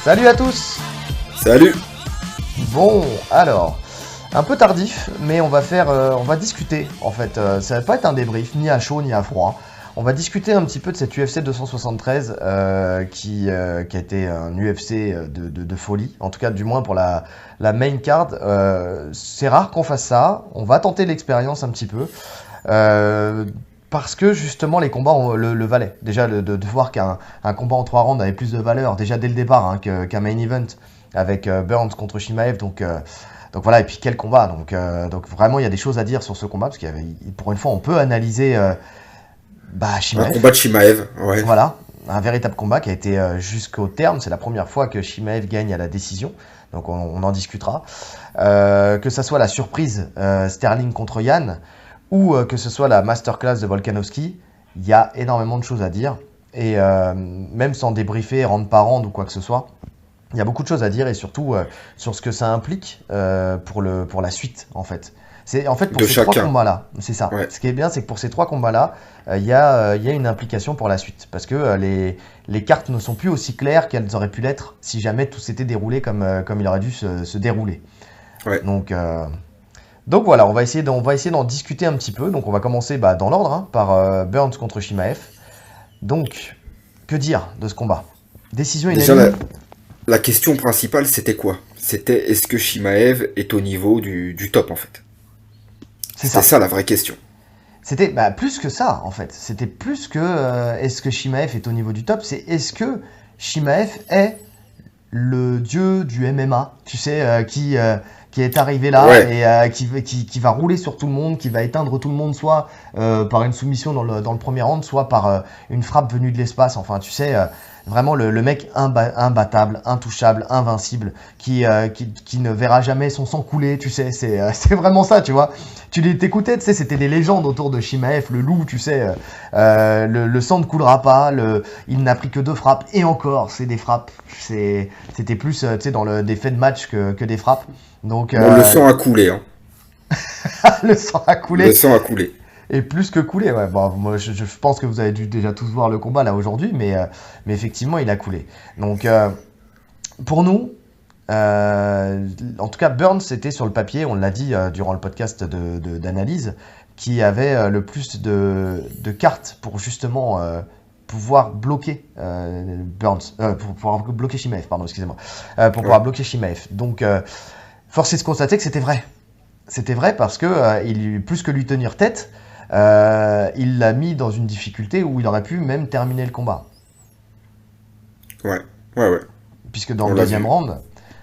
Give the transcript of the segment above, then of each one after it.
Salut à tous. Salut. Bon, alors, un peu tardif, mais on va discuter en fait. Ça va pas être un débrief, ni à chaud ni à froid. On va discuter un petit peu de cette UFC 273 qui a été un UFC de folie, en tout cas du moins pour la main card. C'est rare qu'on fasse ça, on va tenter l'expérience un petit peu. Parce que justement les combats le valaient. Déjà de voir qu'un combat en 3 rounds avait plus de valeur déjà dès le départ qu'un main event avec Burns contre Chimaev. Donc voilà, et puis quel combat. Donc vraiment il y a des choses à dire sur ce combat parce pour une fois on peut analyser Chimaev. Un combat de Chimaev, ouais. Voilà, un véritable combat qui a été jusqu'au terme. C'est la première fois que Chimaev gagne à la décision. Donc on en discutera. Que ça soit la surprise Sterling contre Yann ou que ce soit la masterclass de Volkanovski, il y a énormément de choses à dire. Et même sans débriefer round par round ou quoi que ce soit, il y a beaucoup de choses à dire et surtout sur ce que ça implique pour la suite en fait. C'est en fait pour ces 3 combats-là, c'est ça. Ouais. Ce qui est bien, c'est que pour ces 3 combats-là, il y a une implication pour la suite. Parce que les cartes ne sont plus aussi claires qu'elles auraient pu l'être si jamais tout s'était déroulé comme il aurait dû se dérouler. Ouais. Donc voilà, on va essayer d'en discuter un petit peu. Donc on va commencer dans l'ordre par Burns contre Chimaev. Donc, que dire de ce combat? Décision unanime. Déjà, la question principale, c'était quoi? C'était est-ce que Chimaev est au niveau du top en fait? C'était ça la vraie question. C'était plus que ça en fait. C'était plus que est-ce que Chimaev est au niveau du top, c'est est-ce que Chimaev est le dieu du MMA, tu sais, qui est arrivé là et qui va rouler sur tout le monde, qui va éteindre tout le monde, soit par une soumission dans le premier round, soit par une frappe venue de l'espace. Enfin, tu sais, vraiment le mec imbattable, intouchable, invincible, qui ne verra jamais son sang couler, tu sais. C'est vraiment ça, tu vois. Tu t'écoutais, tu sais, c'était des légendes autour de Chimaev, le loup, tu sais. Le sang ne coulera pas, il n'a pris que 2 frappes, et encore, c'est des frappes. C'était plus, tu sais, dans des faits de match que des frappes. Donc, le sang a coulé. Hein. Le sang a coulé. Le sang a coulé. Et plus que coulé, ouais. Bon, moi, je pense que vous avez dû déjà tous voir le combat là aujourd'hui, mais effectivement, il a coulé. Donc, pour nous, en tout cas, Burns était sur le papier, on l'a dit durant le podcast d'analyse, qui avait le plus de cartes pour justement pouvoir bloquer Burns, pour pouvoir bloquer Chimaev, pardon, excusez-moi, pour pouvoir bloquer Chimaev. Donc, force est de constater que c'était vrai. C'était vrai parce que plus que lui tenir tête, il l'a mis dans une difficulté où il aurait pu même terminer le combat. Ouais. Puisque dans le deuxième round,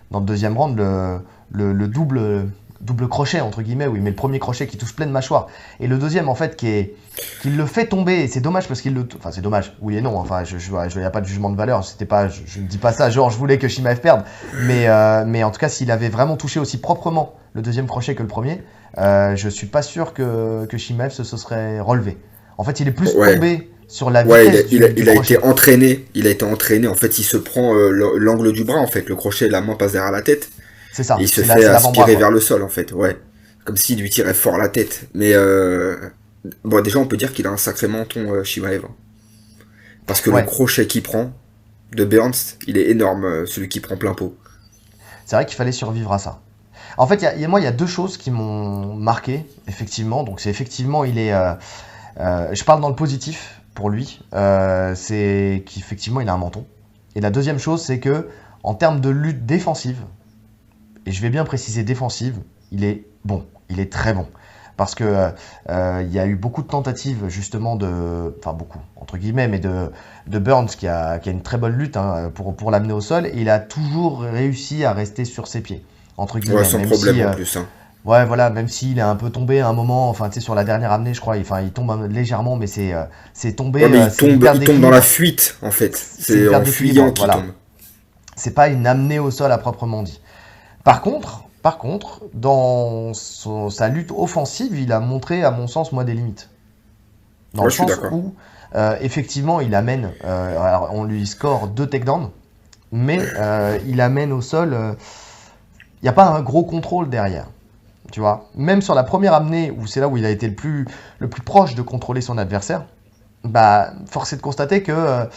le double crochet, entre guillemets, où il met le premier crochet qui touche pleine mâchoire, et le deuxième, en fait, qui le fait tomber, et c'est dommage parce enfin, c'est dommage, oui et non, enfin, il n'y a pas de jugement de valeur, je ne dis pas ça, genre, je voulais que Chimaev perde, mais en tout cas, s'il avait vraiment touché aussi proprement le deuxième crochet que le premier, je suis pas sûr que Chimaev se serait relevé. En fait, il est plus tombé sur la vitesse il a été entraîné. Il a été entraîné. En fait, il se prend l'angle du bras. En fait, le crochet, la main passe derrière la tête. C'est ça. Et il se fait aspirer vers le sol. En fait, ouais. Comme s'il lui tirait fort la tête. Mais déjà, on peut dire qu'il a un sacré menton, Chimaev. Parce que le crochet qu'il prend de Burns, il est énorme, celui qui prend plein pot. C'est vrai qu'il fallait survivre à ça. En fait, il y a 2 choses qui m'ont marqué, effectivement. Donc, c'est effectivement, je parle dans le positif pour lui, c'est qu'effectivement, il a un menton. Et la deuxième chose, c'est que en termes de lutte défensive, et je vais bien préciser défensive, il est bon, il est très bon. Parce que il y a eu beaucoup de tentatives justement enfin beaucoup entre guillemets, mais de Burns qui a une très bonne lutte pour l'amener au sol, et il a toujours réussi à rester sur ses pieds. Entre guillemets, ouais, sans même problème en plus. Hein. Ouais, voilà, même s'il est un peu tombé à un moment, enfin, tu sais, sur la dernière amenée, je crois, il tombe légèrement, mais c'est tombé. Ouais, mais il tombe dans la fuite, en fait. C'est en fuyant qu'il tombe. C'est pas une amenée au sol à proprement dit. Par contre, dans sa lutte offensive, il a montré, à mon sens, moi, des limites. Dans le sens où, effectivement, il amène, alors on lui score 2 takedowns, mais il amène au sol, il n'y a pas un gros contrôle derrière. Tu vois, même sur la première amenée, où c'est là où il a été le plus proche de contrôler son adversaire, force est de constater que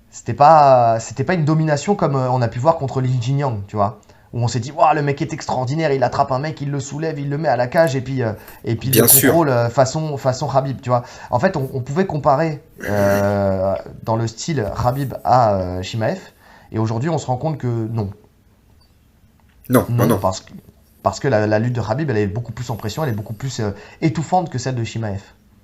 C'était pas une domination comme on a pu voir contre Li Jingliang, tu vois. Où on s'est dit, waouh, le mec est extraordinaire, il attrape un mec, il le soulève, il le met à la cage et puis il le Bien sûr. contrôle façon Khabib, tu vois. En fait, on pouvait comparer dans le style Khabib à Chimaev, et aujourd'hui, on se rend compte que non. Non, non, Non, non. parce que la lutte de Khabib, elle est beaucoup plus en pression, elle est beaucoup plus étouffante que celle de Chimaev.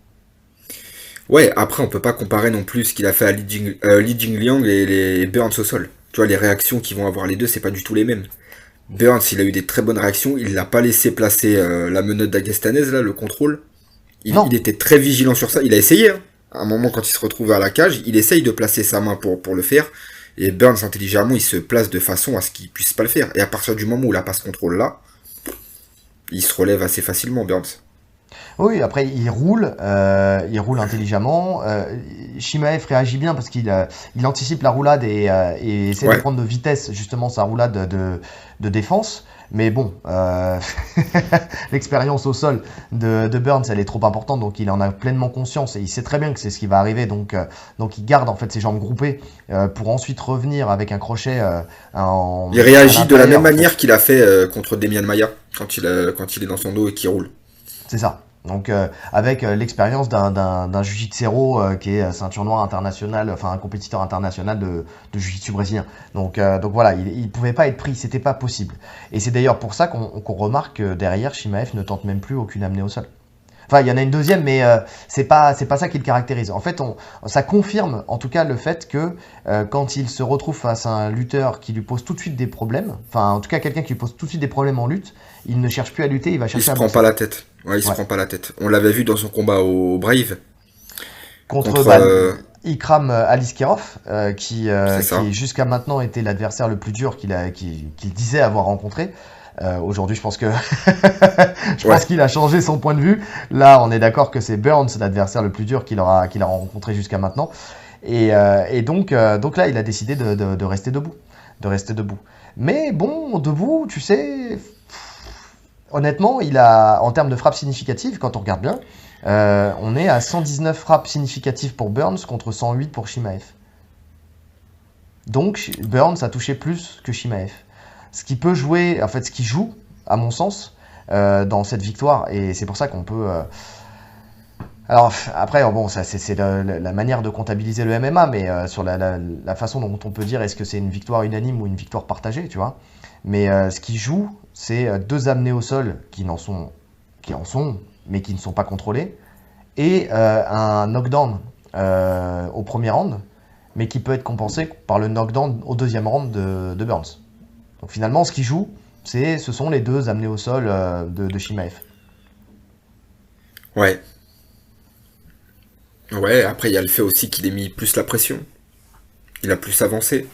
Ouais, après, on peut pas comparer non plus ce qu'il a fait à Li Jingliang et les Burns au sol. Tu vois, les réactions qu'ils vont avoir les deux, c'est pas du tout les mêmes. Burns, il a eu des très bonnes réactions, il l'a pas laissé placer la menotte d'Agastanaise, là, le contrôle. Non, Il était très vigilant sur ça, il a essayé, hein. À un moment, quand il se retrouve à la cage, il essaye de placer sa main pour le faire, et Burns, intelligemment, il se place de façon à ce qu'il puisse pas le faire. Et à partir du moment où il a pas ce contrôle-là, il se relève assez facilement, Burns. oui, après il roule intelligemment. Shimaev réagit bien parce il anticipe la roulade et essaie de Ouais, prendre de vitesse justement sa roulade de défense. Mais bon, l'expérience au sol de Burns, elle est trop importante, donc il en a pleinement conscience et il sait très bien que c'est ce qui va arriver. Donc il garde en fait ses jambes groupées pour ensuite revenir avec un crochet il à réagit de la même l'intérieur. manière qu'il a fait contre Demian Maia, quand il est dans son dos et qu'il roule. C'est ça. Donc avec l'expérience d'un jiu-jitsu qui est ceinture noire international, enfin un compétiteur international de jiu-jitsu brésilien. Donc voilà, il pouvait pas être pris, c'était pas possible. Et c'est d'ailleurs pour ça qu'on remarque que derrière, Shimaev ne tente même plus aucune amenée au sol. Enfin, il y en a une deuxième, mais c'est pas ça qui le caractérise. En fait, ça confirme en tout cas le fait que quand il se retrouve face à un lutteur qui lui pose tout de suite des problèmes, enfin en tout cas quelqu'un qui lui pose tout de suite des problèmes en lutte, il ne cherche plus à lutter, il va Il chercher se à prend boxer. pas la tête. Ouais, il se Ouais. prend pas la tête. On l'avait vu dans son combat au Brave Contre contre. Ikram Aliskerov, C'est qui ça. jusqu'à maintenant était l'adversaire le plus dur qu'il disait avoir rencontré. Aujourd'hui, je pense que je pense Ouais. qu'il a changé son point de vue. Là, on est d'accord que c'est Burns l'adversaire le plus dur qu'il a rencontré jusqu'à maintenant. Donc là, il a décidé de rester debout, de rester debout. Mais bon, debout, tu sais, honnêtement, en termes de frappes significatives, quand on regarde bien, on est à 119 frappes significatives pour Burns contre 108 pour Shimaev. Donc Burns a touché plus que Shimaev. Ce qui peut jouer, en fait, ce qui joue, à mon sens, dans cette victoire, et c'est pour ça qu'on peut. Alors après, bon, ça c'est la manière de comptabiliser le MMA, mais sur la façon dont on peut dire est-ce que c'est une victoire unanime ou une victoire partagée, tu vois. Mais ce qui joue, c'est deux amenés au sol qui en sont, mais qui ne sont pas contrôlés, et un knockdown au premier round, mais qui peut être compensé par le knockdown au deuxième round de Burns. Donc finalement, ce qui joue, ce sont les deux amenés au sol de Shimaev. Ouais. Ouais, après, il y a le fait aussi qu'il ait mis plus la pression. Il a plus avancé.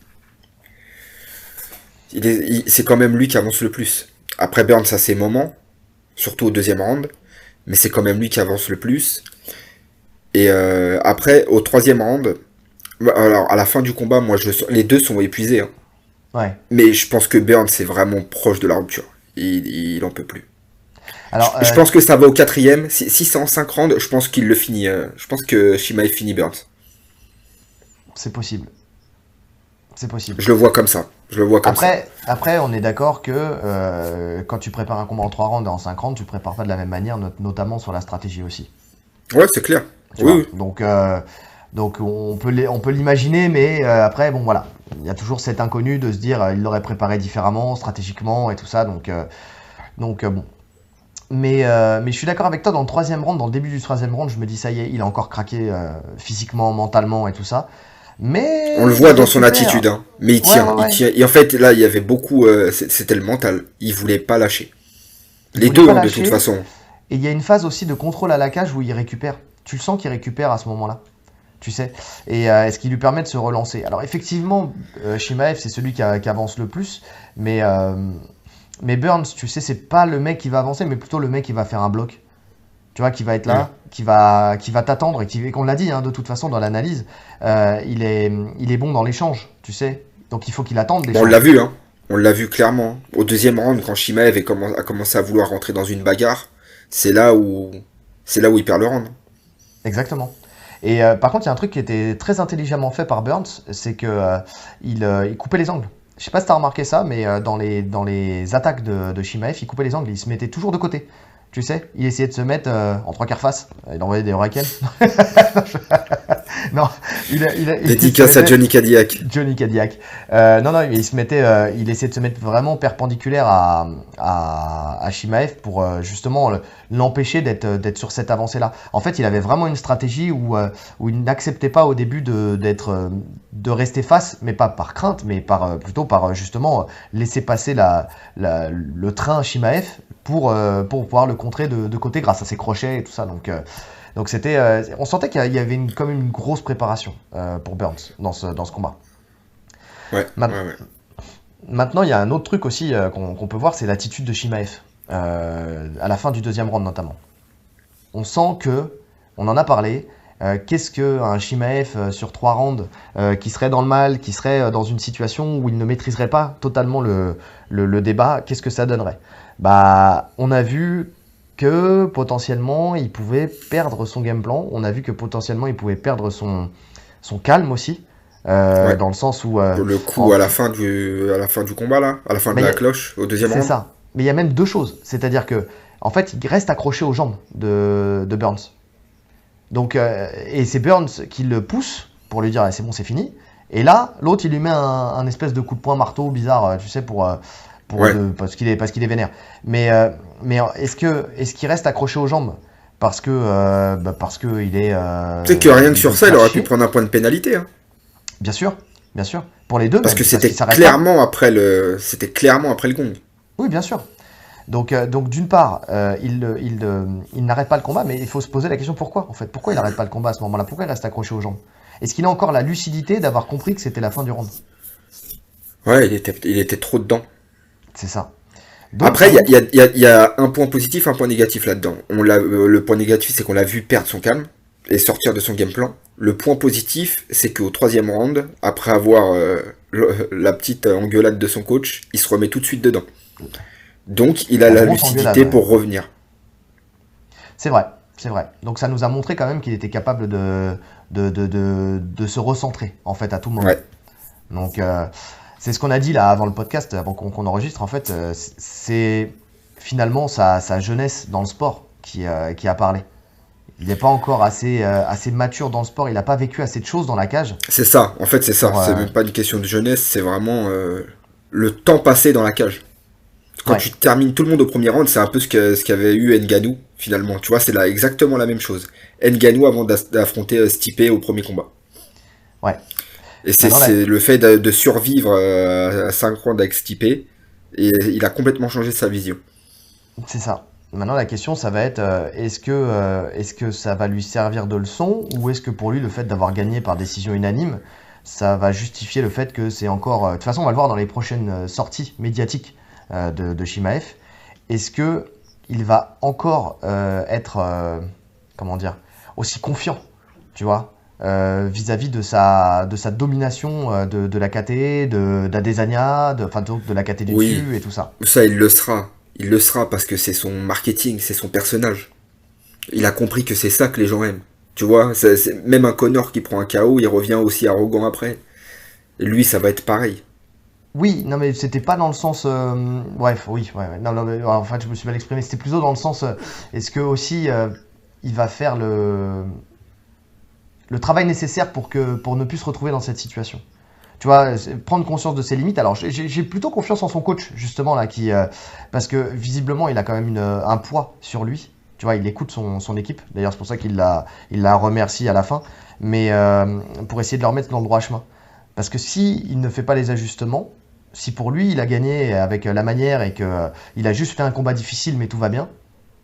C'est quand même lui qui avance le plus. Après, Burns a ses moments, surtout au deuxième round, mais c'est quand même lui qui avance le plus. Et après, au troisième round, alors à la fin du combat, les deux sont épuisés, hein. Ouais. Mais je pense que Burns est vraiment proche de la rupture. Il en peut plus. Alors, Je pense que ça va au quatrième. Si c'est en 5 rounds, je pense qu'il le finit. Je pense que Shimaev finit Burns. c'est possible. C'est possible. Je le vois comme ça. Je le vois comme ça. Après, on est d'accord que quand tu prépares un combat en 3 rounds et en 5 rounds, tu prépares pas de la même manière, notamment sur la stratégie aussi. Ouais, c'est clair. Tu Oui, vois. oui. Donc on peut l'imaginer, mais après, bon voilà. Il y a toujours cet inconnu de se dire il l'aurait préparé différemment, stratégiquement et tout ça. Bon. Mais je suis d'accord avec toi, dans le troisième round, dans le début du troisième round, je me dis ça y est, il a encore craqué physiquement, mentalement et tout ça. On le Mais voit il dans son récupère. attitude, hein. Mais il Ouais, ouais, tient, il ouais. tient. Et en fait, là, il y avait beaucoup. C'était le mental. Il voulait pas lâcher. Il Les voulait deux, pas hein, de toute lâcher. façon. Et il y a une phase aussi de contrôle à la cage où il récupère. Tu le sens qu'il récupère à ce moment-là. Tu sais. Et ce qui lui permet de se relancer. Alors effectivement, Shimaev, c'est celui qui avance le plus. Mais, euh, mais Burns, tu sais, c'est pas le mec qui va avancer, mais plutôt le mec qui va faire un bloc. Tu vois, qui va être Mm. là, qui va t'attendre et qu'on l'a dit, hein, de toute façon, dans l'analyse, il est bon dans l'échange, tu sais. Donc il faut qu'il attende Bon, on l'a l'échange. vu, hein. On l'a vu clairement. Au deuxième round, quand Shimaev a commencé à vouloir rentrer dans une bagarre, c'est là où, c'est là où il perd le round. Exactement. Et par contre, il y a un truc qui était très intelligemment fait par Burns, c'est que il coupait les angles. Je sais pas si t'as remarqué ça, mais dans les attaques de Shimaev, il coupait les angles, il se mettait toujours de côté. Tu sais, il essayait de se mettre en trois quarts face. Il envoyait des hurricanes. Non, Dédicace à Johnny Cadillac. Johnny Cadillac. Non, il essayait de se mettre vraiment perpendiculaire à Shimaev pour justement l'empêcher d'être sur cette avancée-là. En fait, il avait vraiment une stratégie où il n'acceptait pas au début de rester face, mais pas par crainte, mais plutôt par justement laisser passer le train Shimaev pour pouvoir le contrer de côté grâce à ses crochets et tout ça. Donc on sentait qu'il y avait quand même une grosse préparation pour Burns dans ce combat. Ouais. Maintenant, il y a un autre truc aussi qu'on peut voir, c'est l'attitude de Shimaev à la fin du deuxième round notamment. On sent que, on en a parlé, qu'est-ce qu'un Shimaev sur 3 rounds qui serait dans le mal, qui serait dans une situation où il ne maîtriserait pas totalement le débat, qu'est-ce que ça donnerait? On a vu que potentiellement il pouvait perdre son game plan, on a vu que potentiellement il pouvait perdre son calme aussi, dans le sens où... le coup à la fin du combat là, à la fin de la cloche, au deuxième round. C'est ça, mais il y a même deux choses, c'est-à-dire que en fait il reste accroché aux jambes de Burns. Donc, et c'est Burns qui le pousse pour lui dire c'est bon, c'est fini. Et là, l'autre il lui met un espèce de coup de poing marteau bizarre, tu sais, parce qu'il est vénère. Mais est-ce qu'il reste accroché aux jambes parce que il est. Tu sais que rien que sur ça, il aurait pu prendre un point de pénalité. Hein. Bien sûr. Pour les deux. Parce que c'était clairement après le gong. Oui, bien sûr. Donc d'une part, il n'arrête pas le combat, mais il faut se poser la question pourquoi en fait. Pourquoi il n'arrête pas le combat à ce moment-là? Pourquoi il reste accroché aux jambes? Est-ce qu'il a encore la lucidité d'avoir compris que c'était la fin du round? Ouais, il était trop dedans. C'est ça. Donc, après, il y a un point positif, un point négatif là-dedans. Le point négatif, c'est qu'on l'a vu perdre son calme et sortir de son game plan. Le point positif, c'est qu'au troisième round, après avoir la petite engueulade de son coach, il se remet tout de suite dedans. Donc, il a la lucidité pour revenir. C'est vrai. Donc, ça nous a montré quand même qu'il était capable de se recentrer, en fait, à tout moment. Ouais. Donc, c'est ce qu'on a dit là avant le podcast, avant qu'on enregistre. En fait, c'est finalement sa jeunesse dans le sport qui a parlé. Il n'est pas encore assez mature dans le sport. Il n'a pas vécu assez de choses dans la cage. C'est ça. En fait, c'est ça. C'est même pas une question de jeunesse. C'est vraiment le temps passé dans la cage. Quand tu termines tout le monde au premier round, c'est un peu ce qu'avait eu Ngannou finalement. Tu vois, c'est là exactement la même chose. Ngannou avant d'affronter Stipe au premier combat. Ouais. Et c'est le fait de survivre à 5 rounds avec Stipe, et il a complètement changé sa vision. C'est ça. Maintenant, la question, ça va être est-ce que ça va lui servir de leçon, ou est-ce que pour lui, le fait d'avoir gagné par décision unanime, ça va justifier le fait que c'est encore... De toute façon, on va le voir dans les prochaines sorties médiatiques de Shimaev. Est-ce que il va encore être, aussi confiant, tu vois, vis-à-vis de sa domination de la KT, d'Adesanya, de la KT du dessus et tout ça. Ça, il le sera. Il le sera parce que c'est son marketing, c'est son personnage. Il a compris que c'est ça que les gens aiment. Tu vois, même un Connor qui prend un KO, il revient aussi arrogant après. Et lui, ça va être pareil. Oui, non mais c'était pas dans le sens... Bref, oui, ouais. Non, mais, en fait, je me suis mal exprimé. C'était plutôt dans le sens... est-ce que aussi il va faire le travail nécessaire pour ne plus se retrouver dans cette situation? Tu vois, prendre conscience de ses limites. Alors, j'ai plutôt confiance en son coach, justement, là, parce que visiblement, il a quand même un poids sur lui. Tu vois, il écoute son équipe. D'ailleurs, c'est pour ça qu'il la remercie à la fin. Mais pour essayer de le remettre dans le droit chemin. Parce que il ne fait pas les ajustements, si pour lui, il a gagné avec la manière et qu'il a juste fait un combat difficile, mais tout va bien,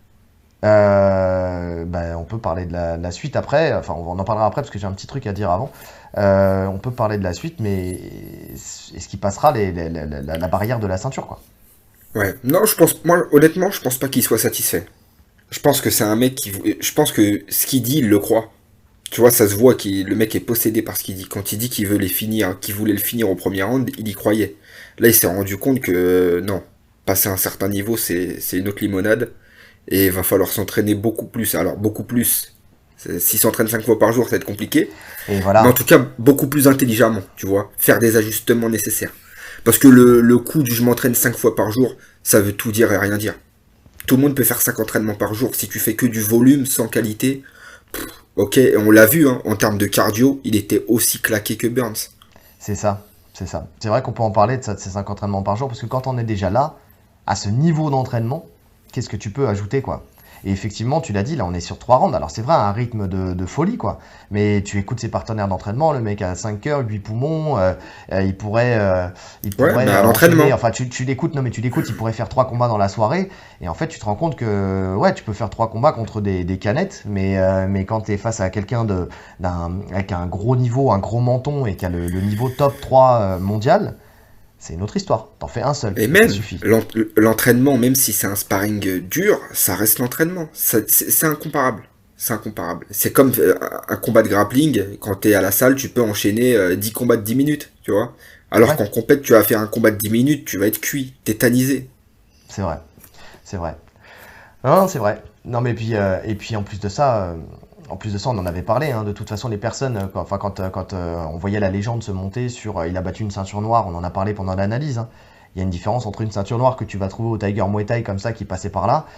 on peut parler de la suite après. Enfin, on en parlera après parce que j'ai un petit truc à dire avant. On peut parler de la suite, mais est-ce qu'il passera la barrière de la ceinture, quoi? Ouais, non, honnêtement, je pense pas qu'il soit satisfait. Je pense que c'est un mec je pense que ce qu'il dit, il le croit. Tu vois, ça se voit le mec est possédé par ce qu'il dit. Quand il dit qu'il veut qu'il voulait le finir au premier round, il y croyait. Là, il s'est rendu compte que non, passer un certain niveau, c'est une autre limonade. Et il va falloir s'entraîner beaucoup plus. Alors, beaucoup plus, S'il s'entraîne 5 fois par jour, ça va être compliqué. Et voilà. Mais en tout cas, beaucoup plus intelligemment, tu vois. Faire des ajustements nécessaires. Parce que le coup du je m'entraîne 5 fois par jour, ça veut tout dire et rien dire. Tout le monde peut faire 5 entraînements par jour. Si tu fais que du volume sans qualité, ok, on l'a vu, hein, en termes de cardio, il était aussi claqué que Burns. C'est ça, c'est ça. C'est vrai qu'on peut en parler de ces 5 entraînements par jour, parce que quand on est déjà là, à ce niveau d'entraînement, qu'est-ce que tu peux ajouter, quoi? Et effectivement, tu l'as dit, là on est sur 3 rounds, alors c'est vrai, un rythme de folie, quoi. Mais tu écoutes ses partenaires d'entraînement, le mec a 5 cœurs, 8 poumons, il pourrait mais à l'entraînement. enchaîner, enfin tu l'écoutes, non mais tu l'écoutes, il pourrait faire 3 combats dans la soirée, et en fait tu te rends compte que, ouais, tu peux faire 3 combats contre des canettes, mais quand tu es face à quelqu'un avec un gros niveau, un gros menton, et qui a le niveau top 3 mondial, c'est une autre histoire. T'en fais un seul, Et ça même, suffit. l'entraînement, même si c'est un sparring dur, ça reste l'entraînement. C'est incomparable. C'est incomparable. C'est comme un combat de grappling. Quand t'es à la salle, tu peux enchaîner 10 combats de 10 minutes, tu vois. Alors Ouais, qu'en compète, tu vas faire un combat de 10 minutes, tu vas être cuit, tétanisé. c'est vrai, c'est vrai. Non, c'est vrai. Non, mais puis, et puis en plus de ça, on en avait parlé, hein. De toute façon, les personnes, quand on voyait la légende se monter sur, il a battu une ceinture noire, on en a parlé pendant l'analyse, hein. Il y a une différence entre une ceinture noire que tu vas trouver au Tiger Muay Thai comme ça qui passait par là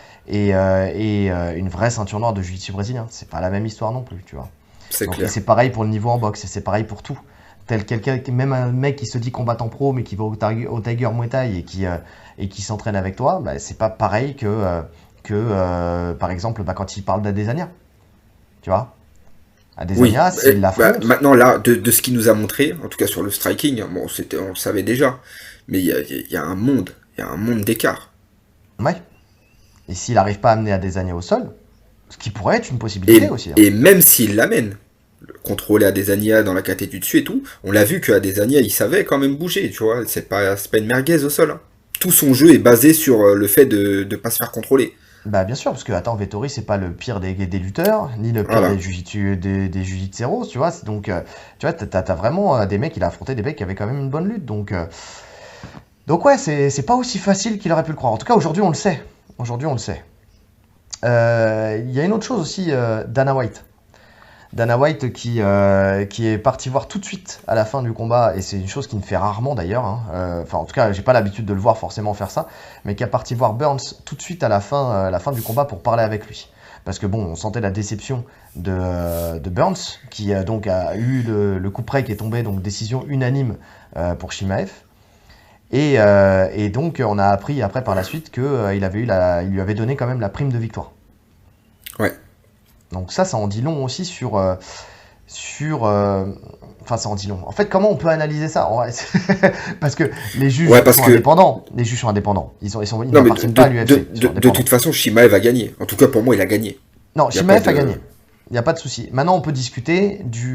et une vraie ceinture noire de Jiu-Jitsu brésilien. C'est pas la même histoire non plus, tu vois. C'est Donc, et clair. c'est pareil pour le niveau en boxe, et c'est pareil pour tout. Même un mec qui se dit combattant pro, mais qui va au Tiger Muay Thai et qui s'entraîne avec toi, bah, c'est pas pareil que par exemple, bah, quand il parle d'Adesanya, tu vois. Oui. Adesanya, s'il Bah, l'affronte, maintenant, là, de ce qu'il nous a montré, en tout cas sur le striking, bon, on le savait déjà. Mais il y a un monde. Il y a un monde d'écart. ouais. Et s'il n'arrive pas à amener Adesanya au sol, ce qui pourrait être une possibilité Et, aussi, hein. et même s'il l'amène, contrôler Adesanya dans la caté du dessus et tout, on l'a vu que Adesanya, il savait quand même bouger, tu vois. C'est pas une merguez au sol, hein. Tout son jeu est basé sur le fait de pas se faire contrôler. Bah bien sûr, parce que attends, Vettori, c'est pas le pire des lutteurs, ni le pire Voilà. des jujitseros, tu vois. Tu vois, t'as vraiment des mecs, il a affronté des mecs qui avaient quand même une bonne lutte, donc ouais, c'est pas aussi facile qu'il aurait pu le croire. En tout cas, aujourd'hui, on le sait. Aujourd'hui, on le sait. Il y a une autre chose aussi, Dana White. Dana White qui est parti voir tout de suite à la fin du combat, et c'est une chose qu'il me fait rarement d'ailleurs, hein. Enfin, en tout cas, j'ai pas l'habitude de le voir forcément faire ça, mais qui est parti voir Burns tout de suite à la fin du combat pour parler avec lui. Parce que bon, on sentait la déception de Burns, qui donc a eu le coup près qui est tombé, donc décision unanime pour Chimaev. Et donc, on a appris après par la suite qu'il il lui avait donné quand même la prime de victoire. Ouais. Donc ça en dit long aussi enfin, ça en dit long. En fait, comment on peut analyser ça? En vrai, parce que les juges Ouais, parce sont que. indépendants. Les juges sont indépendants. Ils Non, mais n'appartiennent pas à l'UFC. Ils sont de indépendants. toute façon, Shimaev a gagné. En tout cas, pour moi, il a gagné. Non, Il y a pas Chimaev a de. gagné. Il n'y a pas de souci. Maintenant, on peut discuter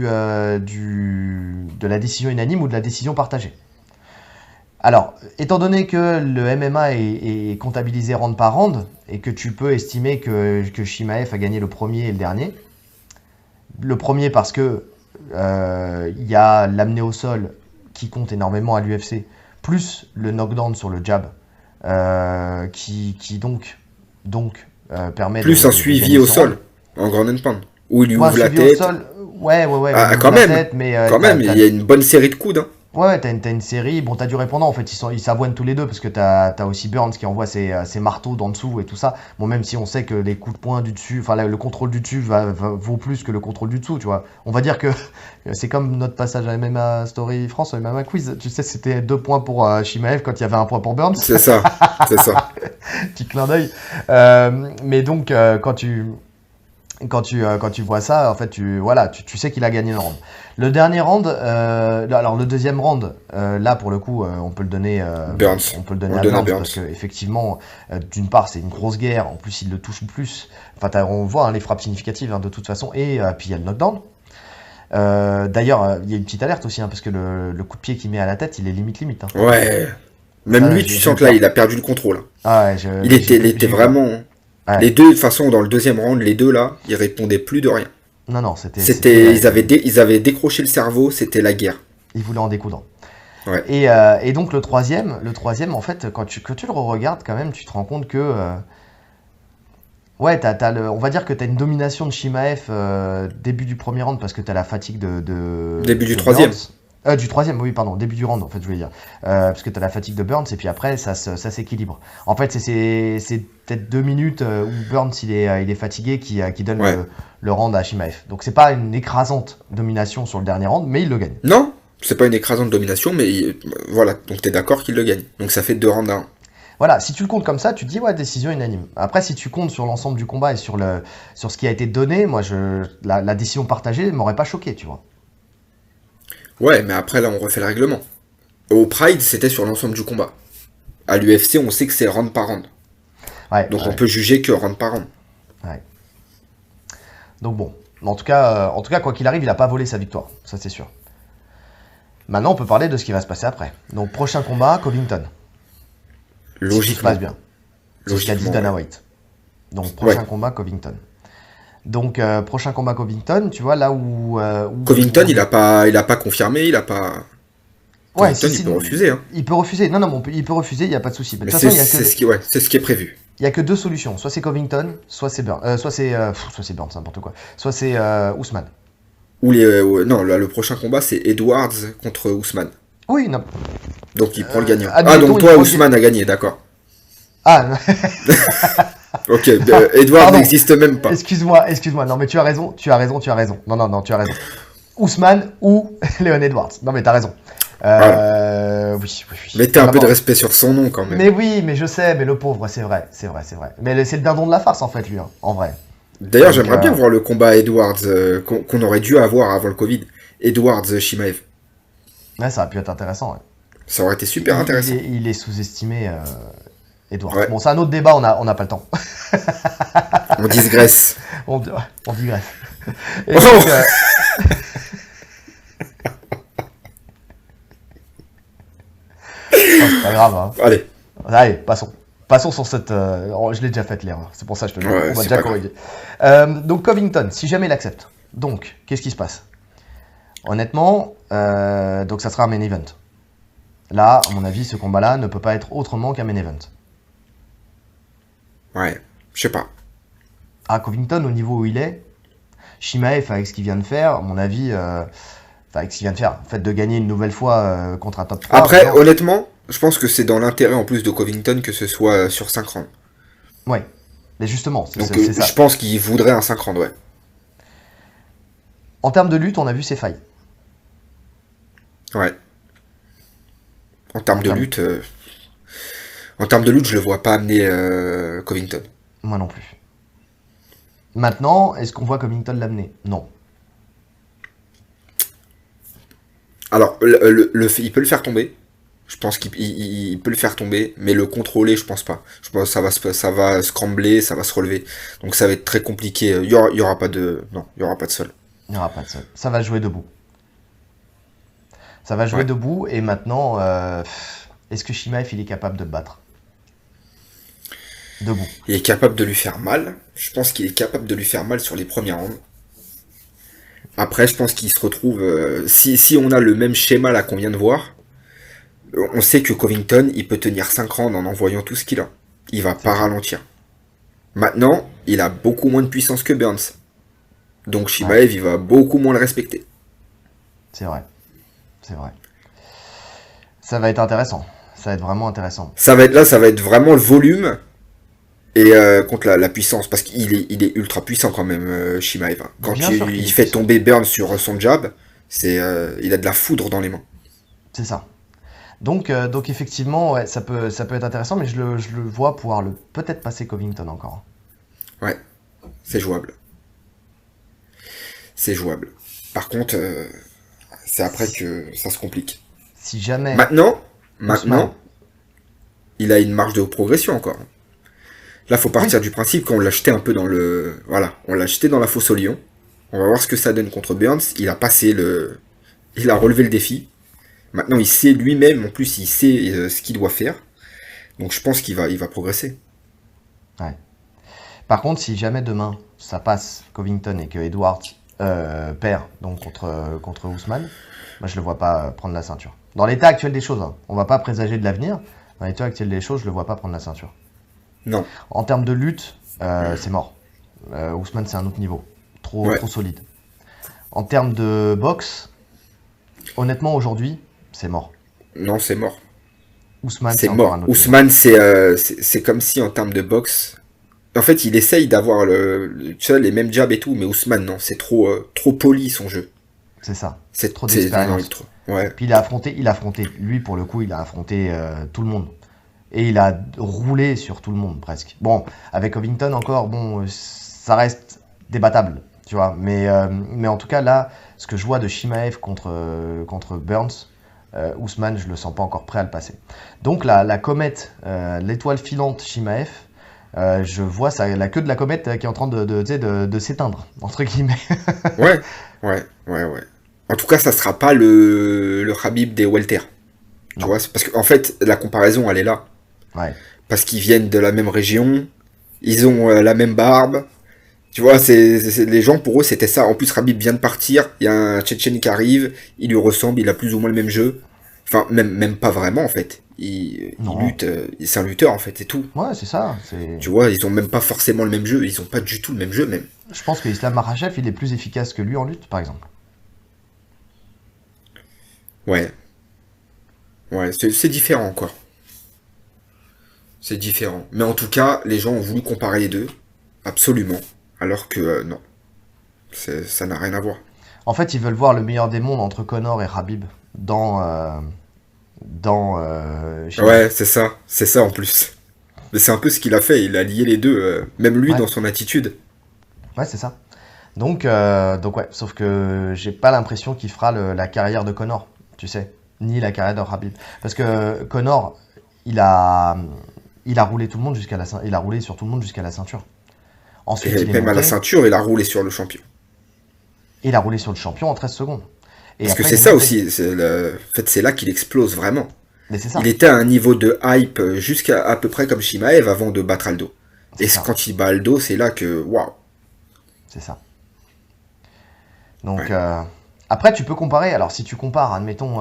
de la décision unanime ou de la décision partagée. Alors, étant donné que le MMA est comptabilisé round par round, et que tu peux estimer que Chimaev a gagné le premier et le dernier, le premier parce que il y a l'amener au sol qui compte énormément à l'UFC, plus le knockdown sur le jab, qui permet Plus un de suivi gagner au ce round. sol, en ground and pound. Où il lui Ouais, un ouvre la suivi au tête. sol, ouais, on Ah, ouvre quand la même. tête, mais Quand même, il y a une bonne série de coudes, hein. ouais, t'as une série. Bon, t'as du répondant en fait, ils s'avoinent tous les deux parce que t'as aussi Burns qui envoie ses marteaux d'en dessous et tout ça. Bon, même si on sait que les coups de poing du dessus, enfin le contrôle du dessus vaut plus que le contrôle du dessous, tu vois. On va dire que c'est comme notre passage à MMA Story France, à MMA Quiz. Tu sais, c'était 2 points pour Chimaev quand il y avait 1 point pour Burns. C'est ça. C'est ça. Petit clin d'œil. Mais donc, quand tu vois ça, en fait, tu sais qu'il a gagné le round. Le dernier round, alors le deuxième round, là pour le coup, on peut le donner, Burns. on peut le donner On à le donne à Burns Burns. parce que effectivement, d'une part, c'est une grosse guerre. En plus, il le touche plus. Enfin, on voit hein, les frappes significatives hein, de toute façon, et puis il y a le knockdown. D'ailleurs, il y a une petite alerte aussi hein, parce que le coup de pied qu'il met à la tête, il est limite hein. Ouais. Même Ça, lui, tu sens que là, il a perdu le contrôle. Ah ouais, Il était vraiment. Ouais. Les deux, de toute façon, dans le deuxième round, les deux là, ils répondaient plus de rien. Non, c'était Ils avaient décroché le cerveau, c'était la guerre. il voulait en découdre. Ouais. Et donc le troisième, en fait, quand tu le regardes quand même, tu te rends compte que Ouais, on va dire que tu as une domination de Chimaev début du premier round parce que tu as la fatigue Début du de troisième. Burns. Du troisième, oui, pardon, début du round, en fait, je voulais dire. Parce que tu as la fatigue de Burns et puis après, ça s'équilibre. En fait, c'est peut-être 2 minutes où Burns il est fatigué qui donne Ouais. le round à Chimaev. Donc, c'est pas une écrasante domination sur le dernier round, mais il le gagne. Non, c'est pas une écrasante domination, mais voilà, donc t'es d'accord qu'il le gagne. Donc ça fait 2 rounds à 1. Voilà, si tu le comptes comme ça, tu te dis ouais, décision unanime. Après, si tu comptes sur l'ensemble du combat et sur ce qui a été donné, moi, la décision partagée m'aurait pas choqué, tu vois. Ouais, mais après là on refait le règlement. Au Pride, c'était sur l'ensemble du combat. À l'UFC, on sait que c'est round par round. Ouais, Donc on ouais, peut juger que round par round. ouais. Donc bon, en tout cas, quoi qu'il arrive, il a pas volé sa victoire, ça c'est sûr. Maintenant, on peut parler de ce qui va se passer après. Donc prochain combat, Covington. Si tout se passe Logiquement. bien. C'est ce qu'a dit Logiquement, Dana ouais. White. Donc Ouais. prochain combat, Covington. Donc prochain combat, Covington. Tu vois là où Covington, il a pas confirmé, il a pas. Ouais, Covington, il peut refuser, hein. il peut refuser. Non, non, mais il peut refuser, il n'y a pas de souci. Mais de Mais toute façon, c'est ce qui est prévu. il y a que deux solutions. Soit c'est Covington, soit c'est Burns. Soit c'est Burns, n'importe quoi. Soit c'est Ousmane. Ou non, là, le prochain combat, c'est Edwards contre Ousmane. Oui, non. Donc il prend le gagnant. Ah, Admettons, donc il toi, prend Ousmane a gagné, d'accord. Ah, Ok, Edwards pardon. n'existe même pas. Excuse-moi. Non, mais tu as raison. Non, non, non, tu as raison. Ousmane ou Léon Edwards. Non, mais t'as raison. Voilà. Oui, oui, oui. Mettez un peu de Vraiment. respect sur son nom quand même. Mais oui, mais je sais, mais le pauvre, c'est vrai. Mais c'est le dindon de la farce, en fait, lui, hein, en vrai. D'ailleurs, Donc, j'aimerais bien voir le combat Edwards qu'on aurait dû avoir avant le Covid. Edwards Shimaev. ouais, ça aurait pu être intéressant. Ouais. Ça aurait été super intéressant. Il est sous-estimé, Edwards. Ouais. Bon, c'est un autre débat, on n'a pas le temps. On digresse. On digresse. Et Oh donc, c'est pas grave, hein. Allez. Allez, passons. Passons sur cette. Je l'ai déjà faite l'erreur, c'est pour ça que je te le dis. Ouais, On va c'est déjà pas corriger. Donc Covington, si jamais il accepte. Donc, qu'est-ce qui se passe? Honnêtement, donc ça sera un main event. Là, à mon avis, ce combat-là ne peut pas être autrement qu'un main event. Ouais, je sais pas. À Covington, au niveau où il est, Shimaev, avec ce qu'il vient de faire, à mon avis, avec ce qu'il vient de faire, le fait de gagner une nouvelle fois contre un top 3. Après, honnêtement, je pense que c'est dans l'intérêt en plus de Covington que ce soit sur 5 rounds. Ouais, mais justement, Donc c'est ça. je pense qu'il voudrait un 5 rounds, ouais. En termes de lutte, on a vu ses failles. Ouais. En termes de termes- lutte, je le vois pas amener Covington. Moi non plus. Maintenant, est-ce qu'on voit Covington l'amener? Non. Alors, il peut le faire tomber. Je pense qu'il peut le faire tomber, mais le contrôler, je pense pas. Je pense que ça va scrambler, ça va se relever. Donc ça va être très compliqué. Il y aura pas de, non, il y aura pas de sol. Il n'y aura pas de sol. Ça va jouer debout. Ça va jouer Ouais. debout, et maintenant, est-ce que Shimaev il est capable de le battre? Debout. Il est capable de lui faire mal. Je pense qu'il est capable de lui faire mal sur les premiers rounds. Après, je pense qu'il se retrouve. Si on a le même schéma là qu'on vient de voir, on sait que Covington, il peut tenir 5 rounds en envoyant tout ce qu'il a. Il va pas ça. ralentir. Maintenant, il a beaucoup moins de puissance que Burns. Donc Shimaev, il va beaucoup moins le respecter. C'est vrai. C'est vrai. Ça va être intéressant. Ça va être vraiment intéressant. Ça va être vraiment le volume et contre la puissance. Parce qu'il est ultra puissant quand même, Shimaev. Quand Bien sûr qu'il il est fait puissant. tomber Burns sur son jab, il a de la foudre dans les mains. C'est ça. Donc effectivement, ouais, ça peut être intéressant, mais je le vois pouvoir peut-être passer Covington encore. Ouais, c'est jouable. C'est jouable. Par contre, c'est après que ça se complique. Si jamais. Maintenant, Ousmane. il a une marge de progression encore. Là, faut partir du principe qu'on l'a jeté un peu dans le... Voilà, on l'a jeté dans la fosse au lion. On va voir ce que ça donne contre Burns. Il a passé le... Il a relevé le défi. Maintenant, il sait lui-même, en plus, il sait ce qu'il doit faire. Donc, je pense qu'il va progresser. Ouais. Par contre, si jamais demain ça passe Covington et que Edwards perd donc contre Ousmane, moi je le vois pas prendre la ceinture. Dans l'état actuel des choses, hein, on va pas présager de l'avenir. Dans l'état actuel des choses, je le vois pas prendre la ceinture. Non. En termes de lutte, c'est mort. Ousmane, c'est un autre niveau. Trop, Ouais. trop solide. En termes de boxe, honnêtement, aujourd'hui, c'est mort. Non, c'est mort. Ousmane, C'est c'est encore mort. un autre niveau. Ousmane, c'est comme si en termes de boxe. En fait, il essaye d'avoir tu sais, les mêmes jabs et tout, mais Ousmane, non, c'est trop poli son jeu. C'est ça. C'est, Trop non, il est d'expérience. trop. Ouais. Puis il a affronté, lui pour le coup, il a affronté tout le monde. Et il a roulé sur tout le monde presque. Bon, avec Covington encore, bon, ça reste débattable, tu vois. Mais en tout cas, là, ce que je vois de Chimaev contre Burns, Ousmane, je le sens pas encore prêt à le passer. Donc la comète, l'étoile filante Chimaev, je vois ça, la queue de la comète qui est en train tu sais, de s'éteindre, entre guillemets. Ouais. Ouais. En tout cas, ça sera pas le Khabib des welter. Tu Non, vois, c'est parce qu'en fait, la comparaison, elle est là. ouais, Parce qu'ils viennent de la même région, ils ont la même barbe. Tu vois, les gens, pour eux, c'était ça. En plus, Khabib vient de partir, il y a un Tchétchène qui arrive, il lui ressemble, il a plus ou moins le même jeu. Enfin, même pas vraiment, en fait. Il non, lutte, c'est un lutteur, en fait, c'est tout. ouais, c'est ça. C'est... Tu vois, ils ont même pas forcément le même jeu, ils ont pas du tout le même jeu, même. Je pense que Islam Makhachev, il est plus efficace que lui en lutte, par exemple. Ouais, ouais, c'est différent, quoi. C'est différent. Mais en tout cas, les gens ont voulu comparer les deux, absolument. Alors que, non, ça n'a rien à voir. En fait, ils veulent voir le meilleur des mondes entre Conor et Khabib dans Chimaev. Ouais, c'est ça en plus. Mais c'est un peu ce qu'il a fait, il a lié les deux, même lui Ouais, dans son attitude. ouais, c'est ça. Donc ouais, sauf que j'ai pas l'impression qu'il fera la carrière de Conor, tu sais, ni la carrière de Khabib. Parce que Conor, il a, il a roulé tout le monde il a roulé sur tout le monde jusqu'à la ceinture. Ensuite, Et il est même à la monté ceinture, il a roulé sur le champion. et il a roulé sur le champion en 13 secondes. Et Parce que après, c'est il est ça monté. aussi, en fait c'est là qu'il explose vraiment. Mais c'est Il ça, était à un niveau de hype jusqu'à à peu près comme Shimaev avant de battre Aldo. c'est Et ça, quand il bat Aldo, c'est là que, waouh. c'est ça. Donc, Ouais. après, tu peux comparer. Alors, si tu compares, admettons,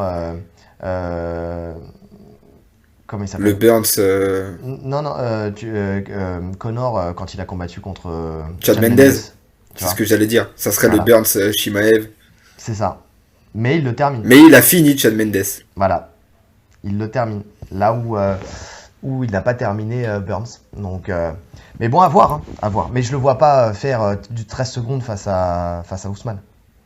euh, comment il Le s'appelle? Burns, Non, non, Connor, quand il a combattu contre Chad Chad Mendes, Mendez, tu c'est ce vois, que j'allais dire. Ça serait le voilà, Burns Shimaev. c'est ça. Mais il le termine, Mais il a fini Chad Mendes. voilà, il le termine. Là où il n'a pas terminé Burns. Donc, mais bon, à voir, hein, à voir. Mais je le vois pas faire du 13 secondes face à Ousmane.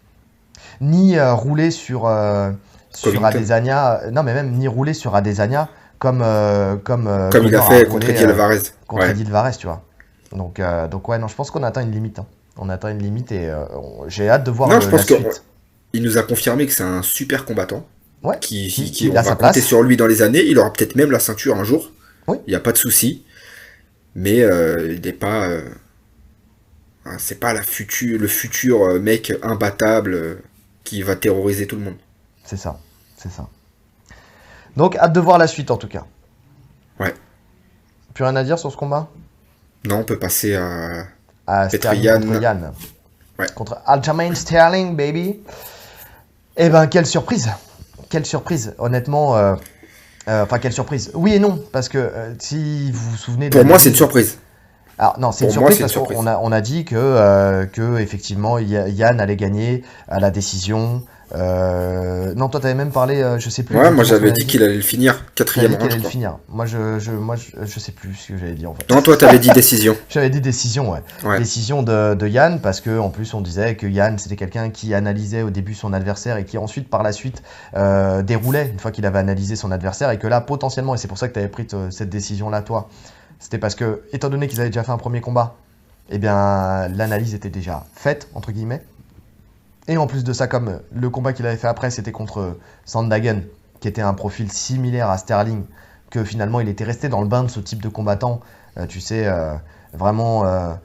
Ni rouler sur Covington. Adesanya, non mais même ni rouler sur Adesanya comme Comme il a Conor a fait contre roulé Eddie Alvarez. contre Ouais. Eddie Alvarez, tu vois. Donc ouais, non, je pense qu'on atteint une limite, hein. On atteint une limite et j'ai hâte de voir Non, je la pense qu'il suite. nous a confirmé que c'est un super combattant. Ouais, il On a va sa compter place. sur lui dans les années. Il aura peut-être même la ceinture un jour. Oui, Il n'y a pas de souci. Mais il n'est pas. C'est pas le futur mec imbattable qui va terroriser tout le monde. c'est ça, c'est ça. Donc hâte de voir la suite en tout cas. Ouais. Plus rien à dire sur ce combat? Non, on peut passer à À Petr Sterling contre Yan. Yann. Ouais. Contre Aljamain Sterling, baby. Eh ben, quelle surprise! Quelle surprise, honnêtement. Enfin, quelle surprise. Oui et non, parce que si vous vous souvenez de Pour moi, c'est une l'analyse. surprise. Alors, non, c'est une Pour moi, surprise c'est une parce surprise. qu'on a dit que effectivement, Yann allait gagner à la décision. Non, toi, t'avais même parlé, je sais plus Ouais, moi exactement ce qu'on j'avais avait dit dit. qu'il allait le finir. T'avais Quatrième dit qu'elle round, je allait le crois. finir. Moi, je sais plus ce que j'avais dit en fait. Non, toi, t'avais dit décision. J'avais dit décision, ouais. Ouais. Décision de Yann, parce que en plus on disait que Yann c'était quelqu'un qui analysait au début son adversaire et qui ensuite par la suite déroulait une fois qu'il avait analysé son adversaire et que là potentiellement, et c'est pour ça que tu avais pris cette décision-là toi, c'était parce que étant donné qu'ils avaient déjà fait un premier combat, eh bien l'analyse était déjà faite, entre guillemets. Et en plus de ça, comme le combat qu'il avait fait après c'était contre Sandhagen, qui était un profil similaire à Sterling, que finalement il était resté dans le bain de ce type de combattant, tu sais, vraiment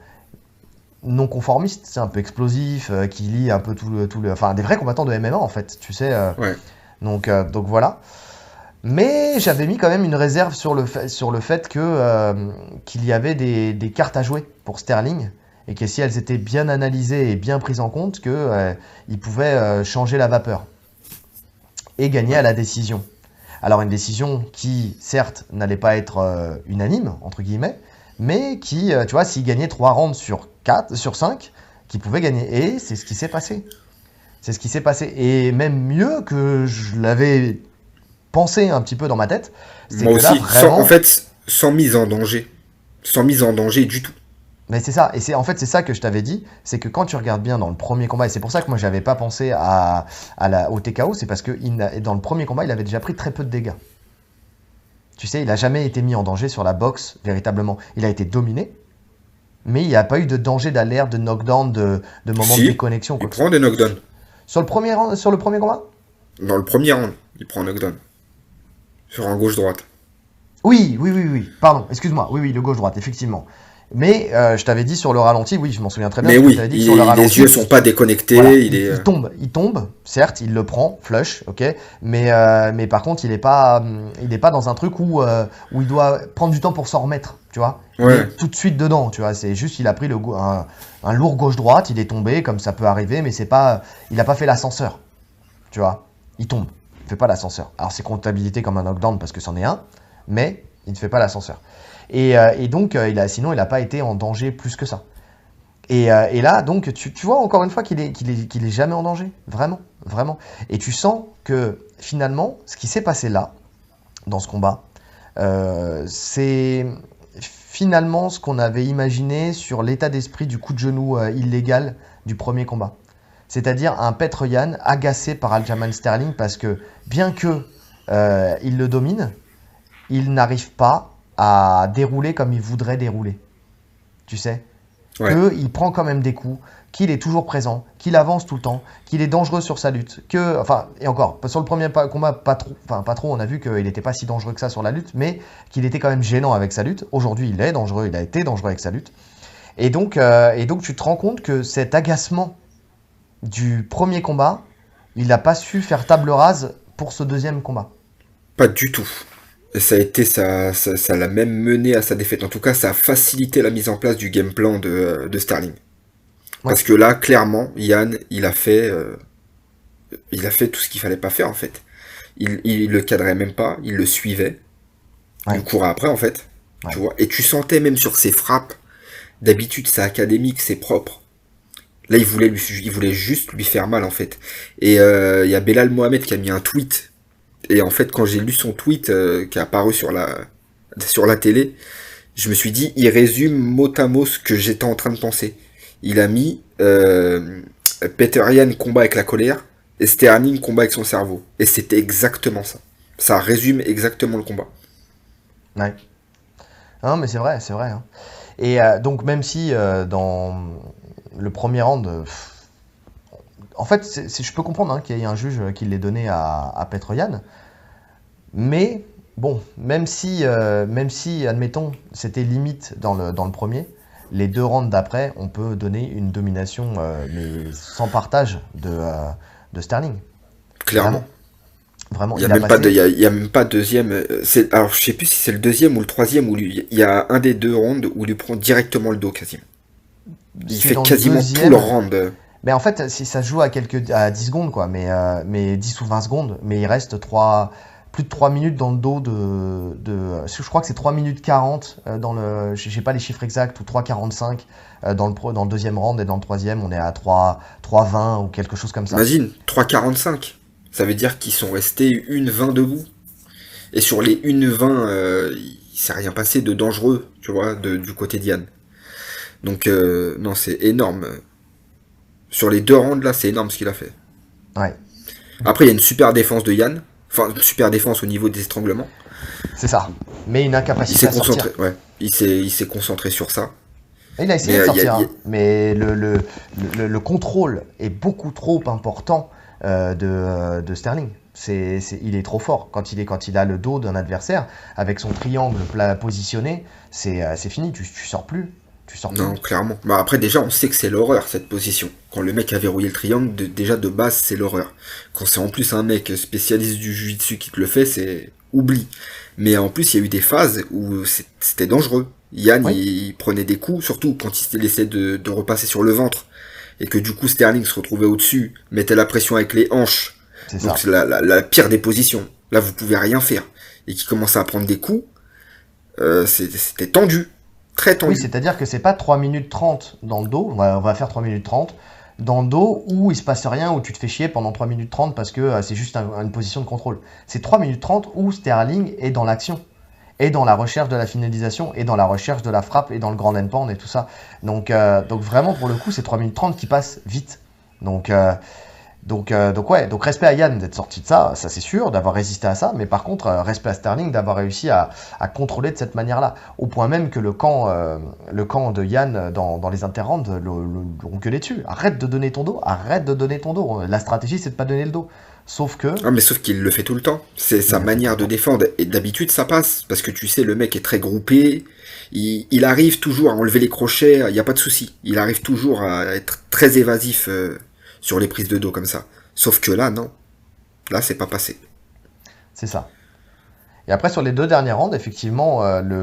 non conformiste, c'est un peu explosif, qui lit un peu enfin des vrais combattants de MMA en fait, tu sais. Ouais. Donc voilà. Mais j'avais mis quand même une réserve sur le fait qu'il y avait des cartes à jouer pour Sterling et que si elles étaient bien analysées et bien prises en compte, il pouvait changer la vapeur et gagner à la décision. Alors une décision qui, certes, n'allait pas être unanime, entre guillemets, mais qui, tu vois, s'il gagnait 3 rounds sur 5, qui pouvait gagner. Et c'est ce qui s'est passé. C'est ce qui s'est passé. Et même mieux que je l'avais pensé un petit peu dans ma tête, c'est Moi que là, aussi, vraiment... sans mise en danger. Sans mise en danger du tout. Mais c'est ça, et c'est ça que je t'avais dit, c'est que quand tu regardes bien dans le premier combat, et c'est pour ça que moi j'avais pas pensé au TKO, c'est parce que dans le premier combat, il avait déjà pris très peu de dégâts. Tu sais, il a jamais été mis en danger sur la boxe, véritablement. Il a été dominé, mais il n'y a pas eu de danger d'alerte, de knockdown, de moment de déconnexion. Il prend des knockdowns. Sur le premier combat? Dans le premier round, il prend un knockdown. Sur un gauche-droite. Oui. Pardon, excuse-moi. Oui, le gauche-droite, effectivement. Mais je t'avais dit sur le ralenti, oui, je m'en souviens très bien. Mais oui, dit sur le ralenti, les yeux sont pas déconnectés. Voilà, il il tombe, certes, il le prend, flush, ok. Mais par contre, il est pas dans un truc où il doit prendre du temps pour s'en remettre, tu vois. Il est tout de suite dedans, tu vois. C'est juste, il a pris un lourd gauche-droite, il est tombé, comme ça peut arriver, mais il a pas fait l'ascenseur, tu vois. Il tombe, il fait pas l'ascenseur. Alors c'est comptabilité comme un knockdown parce que c'en est un, mais il ne fait pas l'ascenseur. Et donc, sinon, il n'a pas été en danger plus que ça. Et là, donc, tu vois encore une fois qu'il est jamais en danger. Vraiment, vraiment. Et tu sens que, finalement, ce qui s'est passé là, dans ce combat, c'est finalement ce qu'on avait imaginé sur l'état d'esprit du coup de genou illégal du premier combat. C'est-à-dire un Petr Yan agacé par Aljamain Sterling parce que, bien que il le domine, il n'arrive pas à dérouler comme il voudrait dérouler. Tu sais, qu'il prend quand même des coups, qu'il est toujours présent, qu'il avance tout le temps, qu'il est dangereux sur sa lutte. Et encore, sur le premier combat, pas trop, on a vu qu'il n'était pas si dangereux que ça sur la lutte, mais qu'il était quand même gênant avec sa lutte. Aujourd'hui, il est dangereux, il a été dangereux avec sa lutte. Et donc tu te rends compte que cet agacement du premier combat, il n'a pas su faire table rase pour ce deuxième combat. Pas du tout. Ça l'a même mené à sa défaite. En tout cas, ça a facilité la mise en place du game plan de Sterling. Ouais. Parce que là, clairement, Yan, il a fait tout ce qu'il fallait pas faire, en fait. Il le cadrait même pas, il le suivait. Ouais. Il courait après, en fait. Ouais. Tu vois. Et tu sentais même sur ses frappes, d'habitude, c'est académique, c'est propre. Là, il voulait juste lui faire mal, en fait. Et il y a Belal Mohamed qui a mis un tweet. Et en fait, quand j'ai lu son tweet qui est apparu sur la télé, je me suis dit, il résume mot à mot ce que j'étais en train de penser. Il a mis Petr Yan combat avec la colère et Sterling combat avec son cerveau. Et c'était exactement ça. Ça résume exactement le combat. Ouais. Non, mais c'est vrai. Hein. Et donc, même si dans le premier round... En fait, je peux comprendre hein, qu'il y ait un juge qui l'ait donné à Petr Yan. Mais, bon, même si admettons, c'était limite dans le premier, les 2 rounds d'après, on peut donner une domination, mais sans partage de Sterling. Clairement. Vraiment. Il n'y a même pas deuxième. Alors, je sais plus si c'est le deuxième ou le troisième, où il y a un des 2 rounds où il lui prend directement le dos, quasiment. Il fait quasiment tout le round. Mais en fait, si ça se joue à 10 secondes, quoi, mais 10 ou 20 secondes, mais il reste plus de 3 minutes dans le dos je crois que c'est 3 minutes 40 j'ai pas les chiffres exacts, ou 3,45 dans le deuxième round, et dans le troisième, on est à 3,20 ou quelque chose comme ça. Imagine, 3,45. Ça veut dire qu'ils sont restés 1,20 debout. Et sur les 1,20, il s'est rien passé de dangereux, tu vois, du côté d'Yan. Donc, non, c'est énorme. Sur les 2 rounds, là, c'est énorme ce qu'il a fait. Ouais. Après, il y a une super défense de Yan. Enfin, une super défense au niveau des étranglements. C'est ça. Mais une incapacité à sortir. Ouais. Il s'est concentré sur ça. Il a essayé de sortir. Mais le contrôle est beaucoup trop important de Sterling. Il est trop fort. Quand il a le dos d'un adversaire, avec son triangle positionné, c'est fini. Tu sors plus. Non, clairement. Bah après, déjà, on sait que c'est l'horreur, cette position. Quand le mec a verrouillé le triangle, déjà de base, c'est l'horreur. Quand c'est en plus un mec spécialiste du jiu-jitsu qui te le fait, c'est oubli. Mais en plus, il y a eu des phases où c'était dangereux. Yan, oui. il prenait des coups, surtout quand il essayait de repasser sur le ventre. Et que du coup, Sterling se retrouvait au-dessus, mettait la pression avec les hanches. Donc c'est la pire des positions. Là, vous pouvez rien faire. Et qui commençait à prendre des coups, c'était tendu. Très Oui, tendu. c'est-à-dire que c'est pas 3 minutes 30 dans le dos, on va faire 3 minutes 30 dans le dos où il se passe rien, où tu te fais chier pendant 3 minutes 30 parce que c'est juste une position de contrôle. C'est 3 minutes 30 où Sterling est dans l'action, et dans la recherche de la finalisation, et dans la recherche de la frappe, et dans le grand end-pound et tout ça. Donc vraiment, pour le coup, c'est 3 minutes 30 qui passent vite. Donc, donc respect à Yann d'être sorti de ça, ça c'est sûr, d'avoir résisté à ça, mais par contre, respect à Sterling d'avoir réussi à contrôler de cette manière-là. Au point même que le camp de Yann dans les interrounds l'ont gueulé dessus. Arrête de donner ton dos, arrête de donner ton dos. La stratégie, c'est de pas donner le dos. Sauf que, Ah, mais sauf qu'il le fait tout le temps. C'est il sa le fait tout le manière de temps. défendre. Et d'habitude, ça passe. Parce que tu sais, le mec est très groupé. Il arrive toujours à enlever les crochets. Il n'y a pas de souci. Il arrive toujours à être très évasif sur les prises de dos comme ça. Sauf que là, non. Là, c'est pas passé. C'est ça. Et après, sur les 2 dernières rounds, effectivement,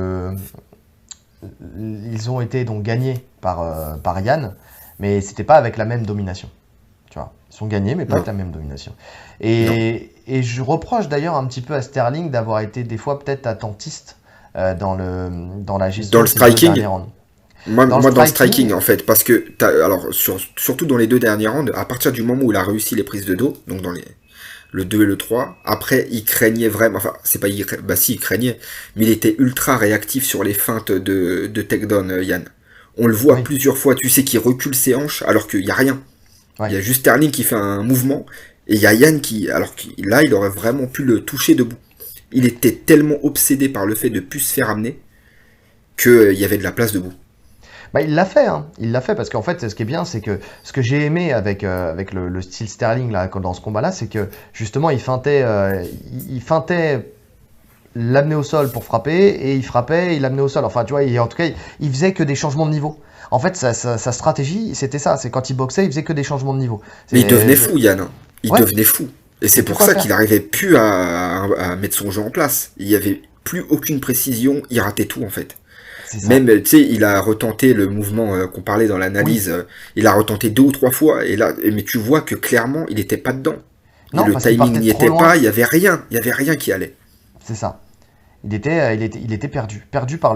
ils ont été donc gagnés par Yann, mais c'était pas avec la même domination. Tu vois, ils sont gagnés, mais pas Non. avec la même domination. Non. Et je reproche d'ailleurs un petit peu à Sterling d'avoir été des fois peut-être attentiste dans la Dans gestion le de ces 2 derniers striking, rounds. moi, Dans le moi dans le striking, striking, en fait, parce que, alors, surtout dans les 2 derniers rounds, à partir du moment où il a réussi les prises de dos, donc dans le 2 et le 3. Après, il craignait vraiment, enfin, c'est pas, bah si, il craignait, mais il était ultra réactif sur les feintes de takedown, Yann. On le voit oui, plusieurs fois, tu sais qu'il recule ses hanches alors qu'il y a rien. Il ouais, y a juste Sterling qui fait un mouvement, et il y a Yann qui, alors que là, il aurait vraiment pu le toucher debout. Il était tellement obsédé par le fait de plus se faire amener qu'il y avait de la place debout. bah, il l'a fait, hein. Il l'a fait parce qu'en fait, ce qui est bien, c'est que ce que j'ai aimé avec le style Sterling là, dans ce combat-là, c'est que justement, il feintait l'amener au sol pour frapper et il frappait, il l'amenait au sol. Enfin, tu vois, en tout cas, il faisait que des changements de niveau. En fait, sa stratégie, c'était ça. C'est quand il boxait, il faisait que des changements de niveau. Mais il devenait C'est, fou, Yann, hein. Il ouais, devenait fou. Et il c'est sait plus pour quoi ça faire. qu'il arrivait plus à mettre son jeu en place. Il y avait plus aucune précision, il ratait tout en fait. C'est ça. Même, tu sais, il a retenté le mouvement qu'on parlait dans Oui. l'analyse, il a retenté 2 ou 3 fois, et là, mais tu vois que clairement, il était pas dedans. Et Non, le parce qu'il timing partait de n'y trop était loin. pas, il y avait rien qui allait. C'est ça. Il était perdu. Perdu par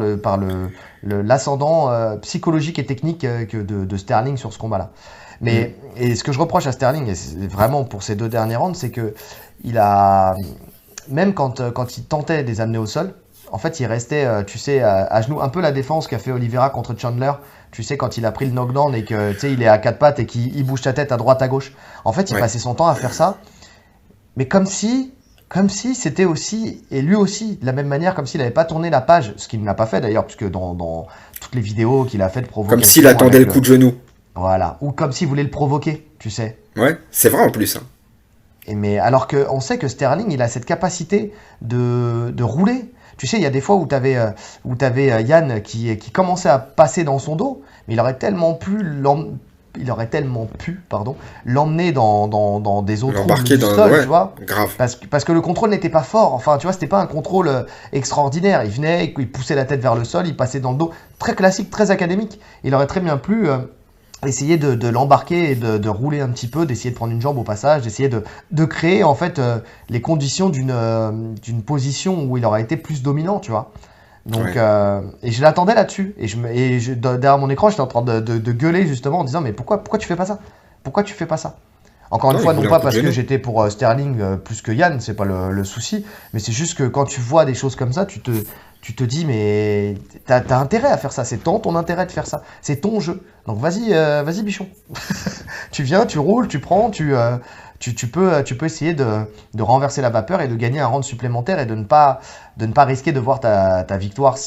l'ascendant psychologique et technique de Sterling sur ce combat-là. Mm. Et ce que je reproche à Sterling, et c'est vraiment pour ces 2 derniers rounds, c'est que il a, même quand il tentait de les amener au sol, en fait, il restait, tu sais, à genoux. Un peu la défense qu'a fait Oliveira contre Chandler. Tu sais, quand il a pris le knockdown et que, tu sais, il est à 4 pattes et qu'il bouge sa tête à droite, à gauche. En fait, il Ouais. passait son temps à faire ça. Mais comme si c'était aussi, et lui aussi, de la même manière, comme s'il n'avait pas tourné la page, ce qu'il n'a pas fait d'ailleurs, puisque dans toutes les vidéos qu'il a fait de Comme s'il provocation attendait avec le coup de genou. voilà, ou comme s'il voulait le provoquer, tu sais. Ouais, c'est vrai en plus, hein. Mais alors qu'on sait que Sterling, il a cette capacité de rouler. Tu sais, il y a des fois où t'avais Yann qui commençait à passer dans son dos, mais il aurait tellement pu, pardon, l'emmener dans des eaux troubles L'embarquer du dans... sol, tu Ouais, vois. grave. Parce que le contrôle n'était pas fort. Enfin, tu vois, c'était pas un contrôle extraordinaire. Il venait, il poussait la tête vers le sol, il passait dans le dos. Très classique, très académique. Il aurait très bien pu essayer de l'embarquer et de rouler un petit peu, d'essayer de prendre une jambe au passage, d'essayer de créer en fait les conditions d'une position où il aurait été plus dominant, tu vois. Donc, Ouais. et je l'attendais là-dessus. Derrière mon écran, j'étais en train de gueuler justement en disant mais pourquoi tu fais pas ça? Pourquoi tu fais pas ça? Encore une Non, il fois, non voulait un pas coup de parce que genou. j'étais pour Sterling plus que Yann, c'est pas le souci, mais c'est juste que quand tu vois des choses comme ça, tu te dis mais t'as intérêt à faire ça, c'est ton intérêt de faire ça, c'est ton jeu. Donc vas-y bichon. Tu viens, tu roules, tu prends, tu peux essayer de renverser la vapeur et de gagner un round supplémentaire et de ne pas risquer de voir ta victoire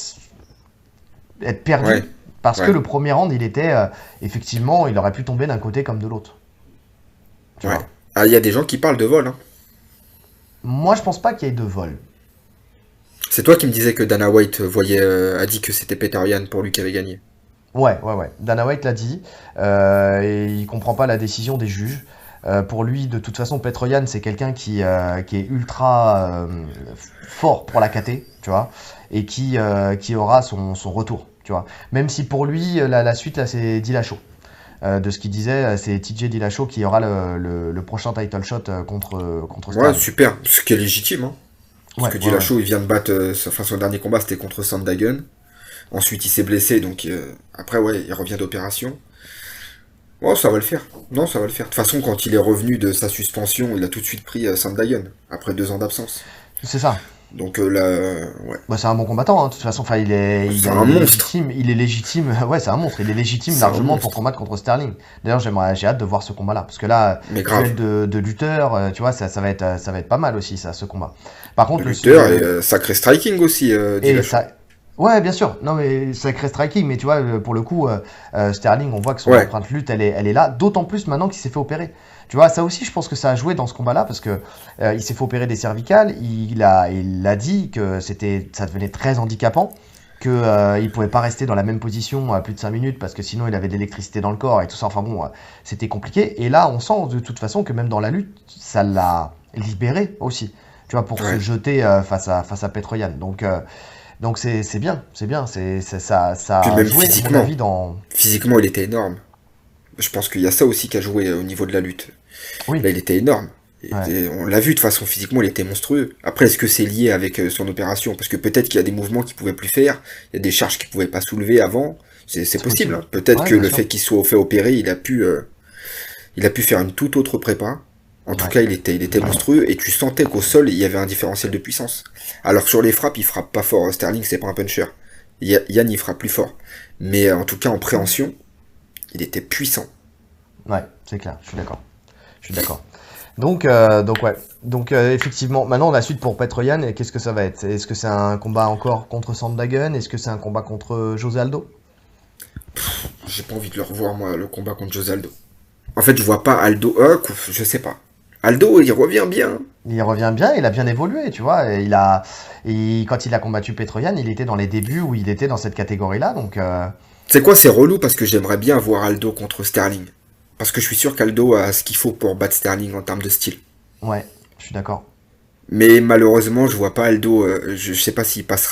être perdue Ouais, parce que ouais, le premier round, effectivement, il aurait pu tomber d'un côté comme de l'autre. Tu ouais. vois. Ah, il y a des gens qui parlent de vol, hein. Moi, je pense pas qu'il y ait de vol. C'est toi qui me disais que Dana White a dit que c'était Peter Yan pour lui qui avait gagné. Ouais, ouais, ouais. Dana White l'a dit. Et il comprend pas la décision des juges. Pour lui, de toute façon, Petr Yan, c'est quelqu'un qui est ultra fort pour la KT, tu vois, et qui aura son retour, tu vois. Même si pour lui, la suite, là, c'est Dillashaw. De ce qu'il disait, c'est TJ Dillashaw qui aura le prochain title shot contre Ouais, Sterling. super. Ce qui est légitime, hein. Parce Ouais, que ouais, ouais. Dillashaw, il vient de battre... son dernier combat, c'était contre Sandhagen. Ensuite, il s'est blessé, donc après, ouais, il revient d'opération. Oh, ça va le faire. Non, ça va le faire. De toute façon, quand il est revenu de sa suspension, il a tout de suite pris Sandhagen, après 2 ans d'absence. C'est ça. Donc là, ouais. Bah, c'est un bon combattant, hein. De toute façon, enfin, il C'est est un monstre. légitime, il est légitime, ouais, c'est un monstre, il est légitime C'est un largement pour monstre. combattre contre Sterling. D'ailleurs, j'ai hâte de voir ce combat-là, parce que là, Mais grave. duel de lutteur, tu vois, ça va être pas mal aussi, ça, ce combat. Par Le contre, lutteur et sacré striking aussi, et Dillashaw. ça, ouais, bien sûr, non, mais sacré striking, mais tu vois, pour le coup, Sterling, on voit que son Ouais, empreinte lutte, elle est là, d'autant plus maintenant qu'il s'est fait opérer. Tu vois, ça aussi, je pense que ça a joué dans ce combat-là, parce que il s'est fait opérer des cervicales, il a dit que ça devenait très handicapant, que il pouvait pas rester dans la même position à plus de 5 minutes, parce que sinon il avait de l'électricité dans le corps et tout ça, enfin bon, c'était compliqué. Et là, on sent de toute façon que même dans la lutte, ça l'a libéré aussi, tu vois, pour se ouais. jeter face à Petroyan. Donc c'est bien, ça Puis a même joué, à mon physiquement. avis, dans... Physiquement, il était énorme. Je pense qu'il y a ça aussi qui a joué au niveau de la lutte. Oui, Là, il était énorme. ouais, On l'a vu de façon physiquement, il était monstrueux. Après, est-ce que c'est lié avec son opération? Parce que peut-être qu'il y a des mouvements qu'il pouvait plus faire, il y a des charges qu'il pouvait pas soulever avant. C'est c'est possible, possible. hein. Peut-être Ouais, que bien le sûr. fait qu'il soit fait opérer, il a pu faire une toute autre prépa. En tout Ouais, cas, il était monstrueux et tu sentais qu'au sol, il y avait un différentiel de puissance. Alors sur les frappes, il frappe pas fort. Sterling, c'est pas un puncher. Yann, il frappe plus fort. Mais en tout cas, en préhension, il était puissant. ouais, c'est clair, je suis d'accord. Je suis d'accord. Donc ouais. Donc effectivement, maintenant la suite pour Petroyan, et qu'est-ce que ça va être? Est-ce que c'est un combat encore contre Sandhagen? Est-ce que c'est un combat contre José Aldo? J'ai pas envie de le revoir, moi, le combat contre José Aldo. En fait, je vois pas Aldo. Je sais pas. Aldo, il revient bien. Il revient bien, il a bien évolué, tu vois. Quand il a combattu Petroyan, il était dans les débuts où il était dans cette catégorie-là. Donc C'est quoi, c'est relou parce que j'aimerais bien voir Aldo contre Sterling. Parce que je suis sûr qu'Aldo a ce qu'il faut pour battre Sterling en termes de style. ouais, je suis d'accord. Mais malheureusement, je vois pas Aldo. Je sais pas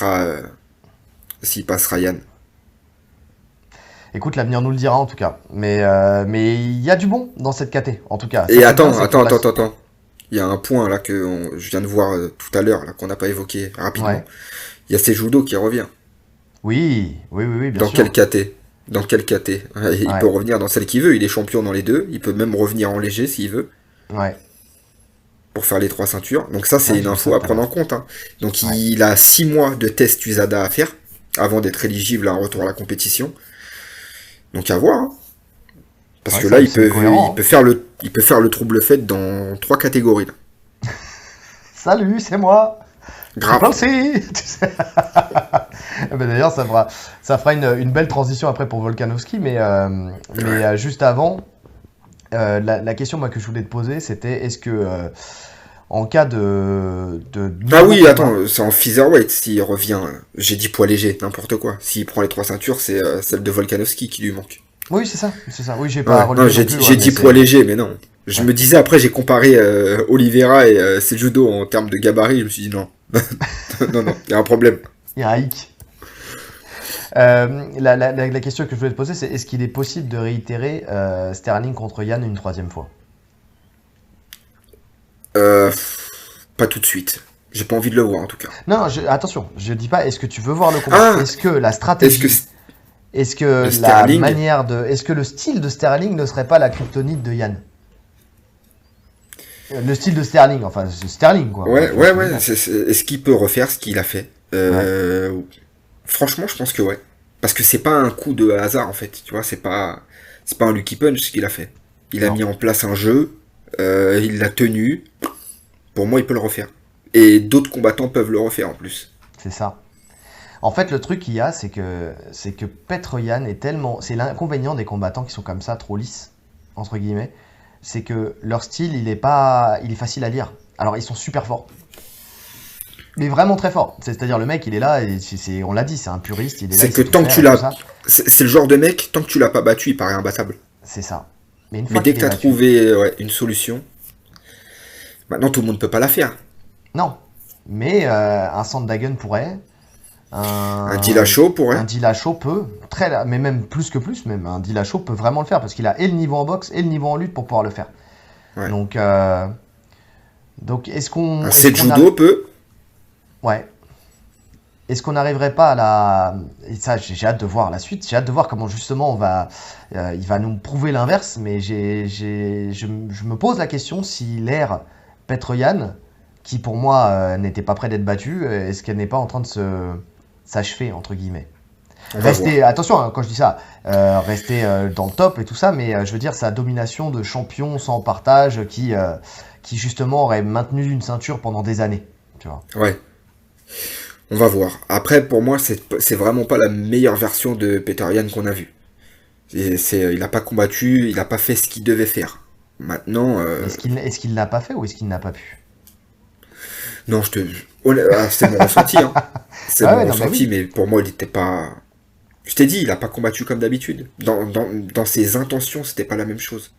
s'il passera Yann. Écoute, l'avenir nous le dira en tout cas. Mais il y a du bon dans cette caté, en tout cas. Ça Et c'est bien, attends, c'est qu'on attends, attends, reste. attends, attends. Il y a un point là que je viens de voir tout à l'heure, là, qu'on n'a pas évoqué rapidement. Ouais. Il y a Sejudo qui revient. Oui, bien Dans quel sûr. KT? Dans quel KT? Il peut Ouais, revenir dans celle qu'il veut, il est champion dans les deux, il peut même revenir en léger s'il veut, ouais. pour faire les 3 ceintures. Donc ça, c'est Ouais, une j'ai vu ça info à tout à prendre l'heure. en compte, hein. Donc Ouais. il a 6 mois de test USADA à faire, avant d'être éligible à un retour à la compétition. Donc à voir, hein. Parce Ouais, que là, c'est cohérent, hein. il peut faire le trouble fait dans 3 catégories, là. Salut, c'est moi. Triple Grave. C. Tu sais. Ben, d'ailleurs, ça fera une belle transition après pour Volkanovski, mais Ouais. juste avant, la question moi, que je voulais te poser, c'était est-ce que en cas de Ah nouveau oui, combat, attends, c'est en featherweight s'il revient. J'ai dit poids léger, n'importe quoi. S'il prend les 3 ceintures, c'est celle de Volkanovski qui lui manque. oui, c'est ça. Oui, j'ai pas Ouais, non, relevé non plus, ouais, j'ai mais dit poids c'est léger, mais non. Je ouais. me disais, après, j'ai comparé Oliveira et Sejudo en termes de gabarit. Je me suis dit, non. Non, il y a un problème. Il y a un hic. La question que je voulais te poser, c'est est-ce qu'il est possible de réitérer Sterling contre Yann une troisième fois? Euh, pas tout de suite. J'ai pas envie de le voir, en tout cas. Non, attention, je dis pas est-ce que tu veux voir le combat. Ah, Est-ce que la est-ce que stratégie, est-ce que la Sterling... manière est-ce que le style de Sterling ne serait pas la kryptonite de Yann? Le style de Sterling, enfin c'est Sterling quoi. Ouais, Tu vois ce ouais, que je veux ouais. dire. Est-ce qu'il peut refaire ce qu'il a fait? Ouais, Franchement, je pense que ouais. Parce que c'est pas un coup de hasard, en fait. Tu vois, c'est pas un Lucky Punch ce qu'il a fait. Il a non, mis en place un jeu, il l'a tenu. Pour moi, il peut le refaire. Et d'autres combattants peuvent le refaire en plus. c'est ça. En fait, le truc qu'il y a, c'est que Petr Yan est tellement, c'est l'inconvénient des combattants qui sont comme ça, trop lisses entre guillemets, c'est que leur style, il est facile à lire. Alors ils sont super forts, mais vraiment très forts. C'est-à-dire le mec, il est là, et on l'a dit, c'est un puriste, il est là, C'est il que sait tout tant que faire tu et tout l'as... ça. C'est le genre de mec, tant que tu l'as pas battu, il paraît imbattable. C'est ça. Mais une Mais fois dès qu'il que est t'as battu, trouvé ouais, une solution, maintenant tout le monde peut pas la faire. non. Mais un Sandhagen pourrait, Un un, Dillashaw un pourrait. Dillashaw peut, mais même plus, même un Dillashaw peut vraiment le faire parce qu'il a et le niveau en boxe et le niveau en lutte pour pouvoir le faire. Ouais. Donc, donc Un est-ce qu'on Sejudo arrive, peut. ouais, est-ce qu'on n'arriverait pas à la... Et ça, j'ai hâte de voir la suite. J'ai hâte de voir comment justement il va nous prouver l'inverse. Mais je me pose la question si l'ère Petroyan, qui pour moi n'était pas près d'être battue, est-ce qu'elle n'est pas en train de s'achever, entre guillemets. Rester, attention, hein, quand je dis ça, rester dans le top et tout ça, mais je veux dire sa domination de champion sans partage qui justement aurait maintenu une ceinture pendant des années. Tu vois. Ouais. On va voir. Après, pour moi, c'est vraiment pas la meilleure version de Peter Yan qu'on a vue. Il a pas combattu, il a pas fait ce qu'il devait faire. Maintenant... Est-ce qu'il l'a pas fait ou est-ce qu'il n'a pas pu? Non, c'est mon ressenti. Hein. C'est mon ressenti, oui. Mais pour moi, il était pas... Je t'ai dit, il a pas combattu comme d'habitude. Dans ses intentions, c'était pas la même chose.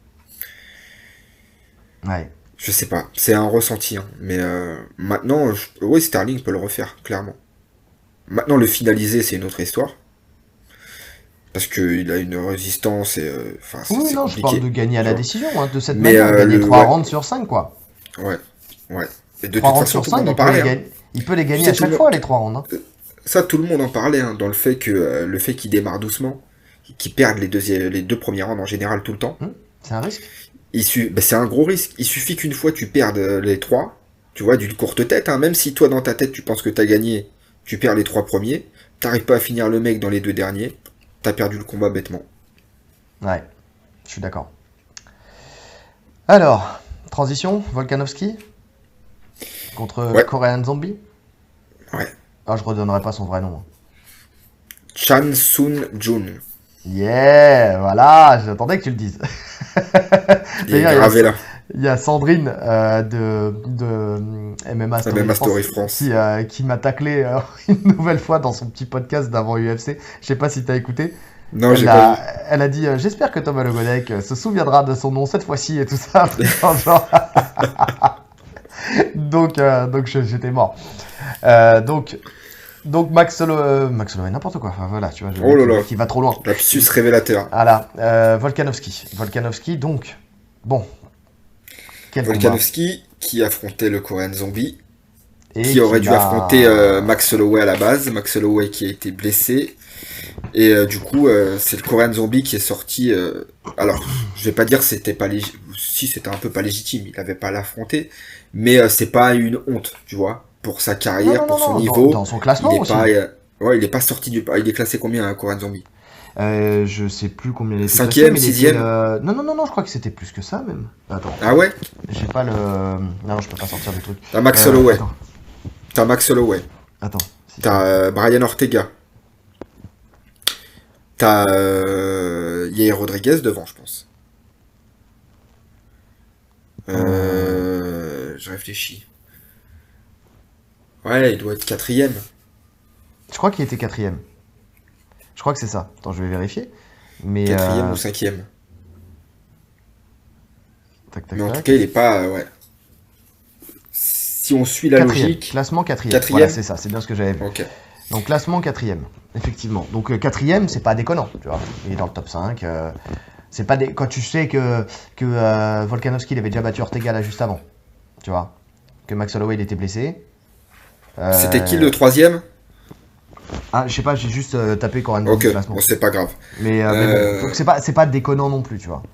Ouais. Je sais pas, c'est un ressenti. Hein. Mais maintenant, oui, Sterling peut le refaire, clairement. Maintenant, le finaliser, c'est une autre histoire. Parce qu'il a une résistance et... oui, non, je parle de gagner à la décision, hein, de cette manière, gagner 3 rounds sur 5, quoi. Ouais. Et de 3 toute rounds façon, sur 5, il peut les gagner à chaque fois, les 3 rounds. Hein. Ça, tout le monde en parlait, hein, dans le fait qu'il démarre doucement, qu'il perde les 2 premiers rounds en général tout le temps. C'est un risque. C'est un gros risque. Il suffit qu'une fois tu perdes les 3, tu vois, d'une courte tête, hein, même si toi dans ta tête tu penses que t'as gagné, tu perds les 3 premiers, t'arrives pas à finir le mec dans les 2 derniers, t'as perdu le combat bêtement. Ouais, je suis d'accord. Alors, transition, Volkanovski contre Korean Zombie. Ouais. Ah, je redonnerai pas son vrai nom. Chan Soon Jun. Yeah, voilà, j'attendais que tu le dises. Il est gravé là. Il y a Sandrine de MMA Story France qui m'a taclé une nouvelle fois dans son petit podcast d'avant UFC. Je sais pas si tu as écouté. Non, j'ai pas vu. Elle a dit j'espère que Thomas Logodec se souviendra de son nom cette fois-ci et tout ça. Genre... donc j'étais mort. Donc Max Holloway, n'importe quoi. Enfin, voilà, tu vois, qui va trop loin. Lapsus révélateur. Voilà, Volkanovski. Donc, bon. Volkanovski qui affrontait le Korean Zombie, qui aurait dû affronter Max Holloway à la base. Max Holloway qui a été blessé. Et du coup, c'est le Korean Zombie qui est sorti. Alors, je vais pas dire que c'était pas légitime. Si, c'était un peu pas légitime. Il avait pas à l'affronter. Mais c'est pas une honte, tu vois. Pour sa carrière, pour son niveau. Dans son classement il est aussi. Il est pas sorti du... Il est classé combien, un Korean Zombie? Je sais plus combien il était. 5e, 6e Non, je crois que c'était plus que ça même. Attends. Ah ouais? J'ai pas le... Non, je peux pas sortir du truc. T'as Max Holloway. T'as Max Holloway. Attends. T'as Brian Ortega. T'as Yair Rodriguez devant, je pense. Je réfléchis. Ouais, il doit être 4e. Je crois qu'il était 4e. Je crois que c'est ça. Attends, je vais vérifier. Mais 4e ou 5e. Mais en tac. tout cas, il est pas... ouais. Si on suit la logique... Classement 4e. 4e. Voilà, c'est ça. C'est bien ce que j'avais vu. Okay. Donc, classement 4e. Effectivement. Donc, 4e, c'est pas déconnant. Tu vois. Il est dans le top 5. C'est pas quand tu sais que Volkanovski il avait déjà battu Ortega là juste avant. Tu vois. Que Max Holloway il était blessé. C'était qui le 3e? Ah, je sais pas, j'ai juste tapé Korean Zombie au classement. Bon, c'est pas grave. Mais bon, donc c'est pas déconnant non plus, tu vois.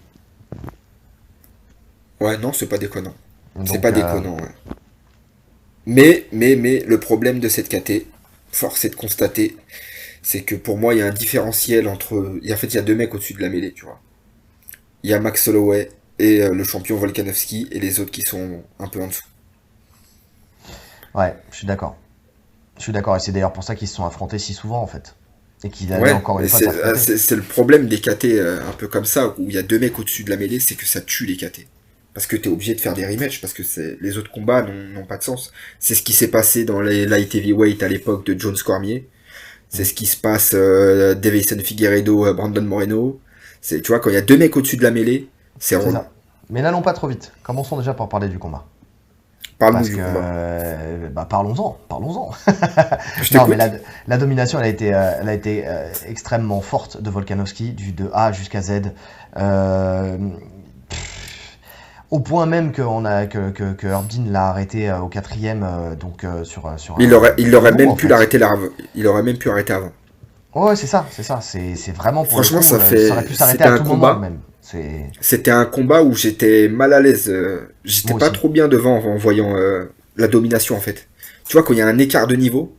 Ouais, non, c'est pas déconnant. C'est pas déconnant, ouais. Mais le problème de cette KT, force est de constater, c'est que pour moi, il y a un différentiel entre... En fait, il y a 2 mecs au-dessus de la mêlée, tu vois. Il y a Max Holloway et le champion Volkanovski, et les autres qui sont un peu en dessous. Ouais, je suis d'accord. Et c'est d'ailleurs pour ça qu'ils se sont affrontés si souvent, en fait. Et qu'ils avaient encore une fois c'est le problème des KT un peu comme ça, où il y a 2 mecs au-dessus de la mêlée, c'est que ça tue les KT. Parce que t'es obligé de faire des rematchs, parce que les autres combats n'ont pas de sens. C'est ce qui s'est passé dans les light heavyweight à l'époque de Jones Cormier. C'est ce qui se passe Davison Figueiredo, Brandon Moreno. Tu vois, quand il y a 2 mecs au-dessus de la mêlée, c'est relou. Mais n'allons pas trop vite. Commençons déjà par parler du combat. Parle-nous du combat. Parlons-en. Non, mais la domination, elle a été extrêmement forte de Volkanovski, de A jusqu'à Z. Au point même que Herb Dean l'a arrêté au quatrième, sur Il un aurait bout, même en pu fait. l'arrêter là. Il aurait même pu arrêter avant. Ouais, c'est ça. C'est vraiment pour le Franchement, coup, ça aurait pu s'arrêter c'était à un tout moment combat. même. C'est C'était un combat où j'étais mal à l'aise. J'étais moi pas aussi. trop bien devant en voyant la domination en fait. Tu vois, quand il y a un écart de niveau,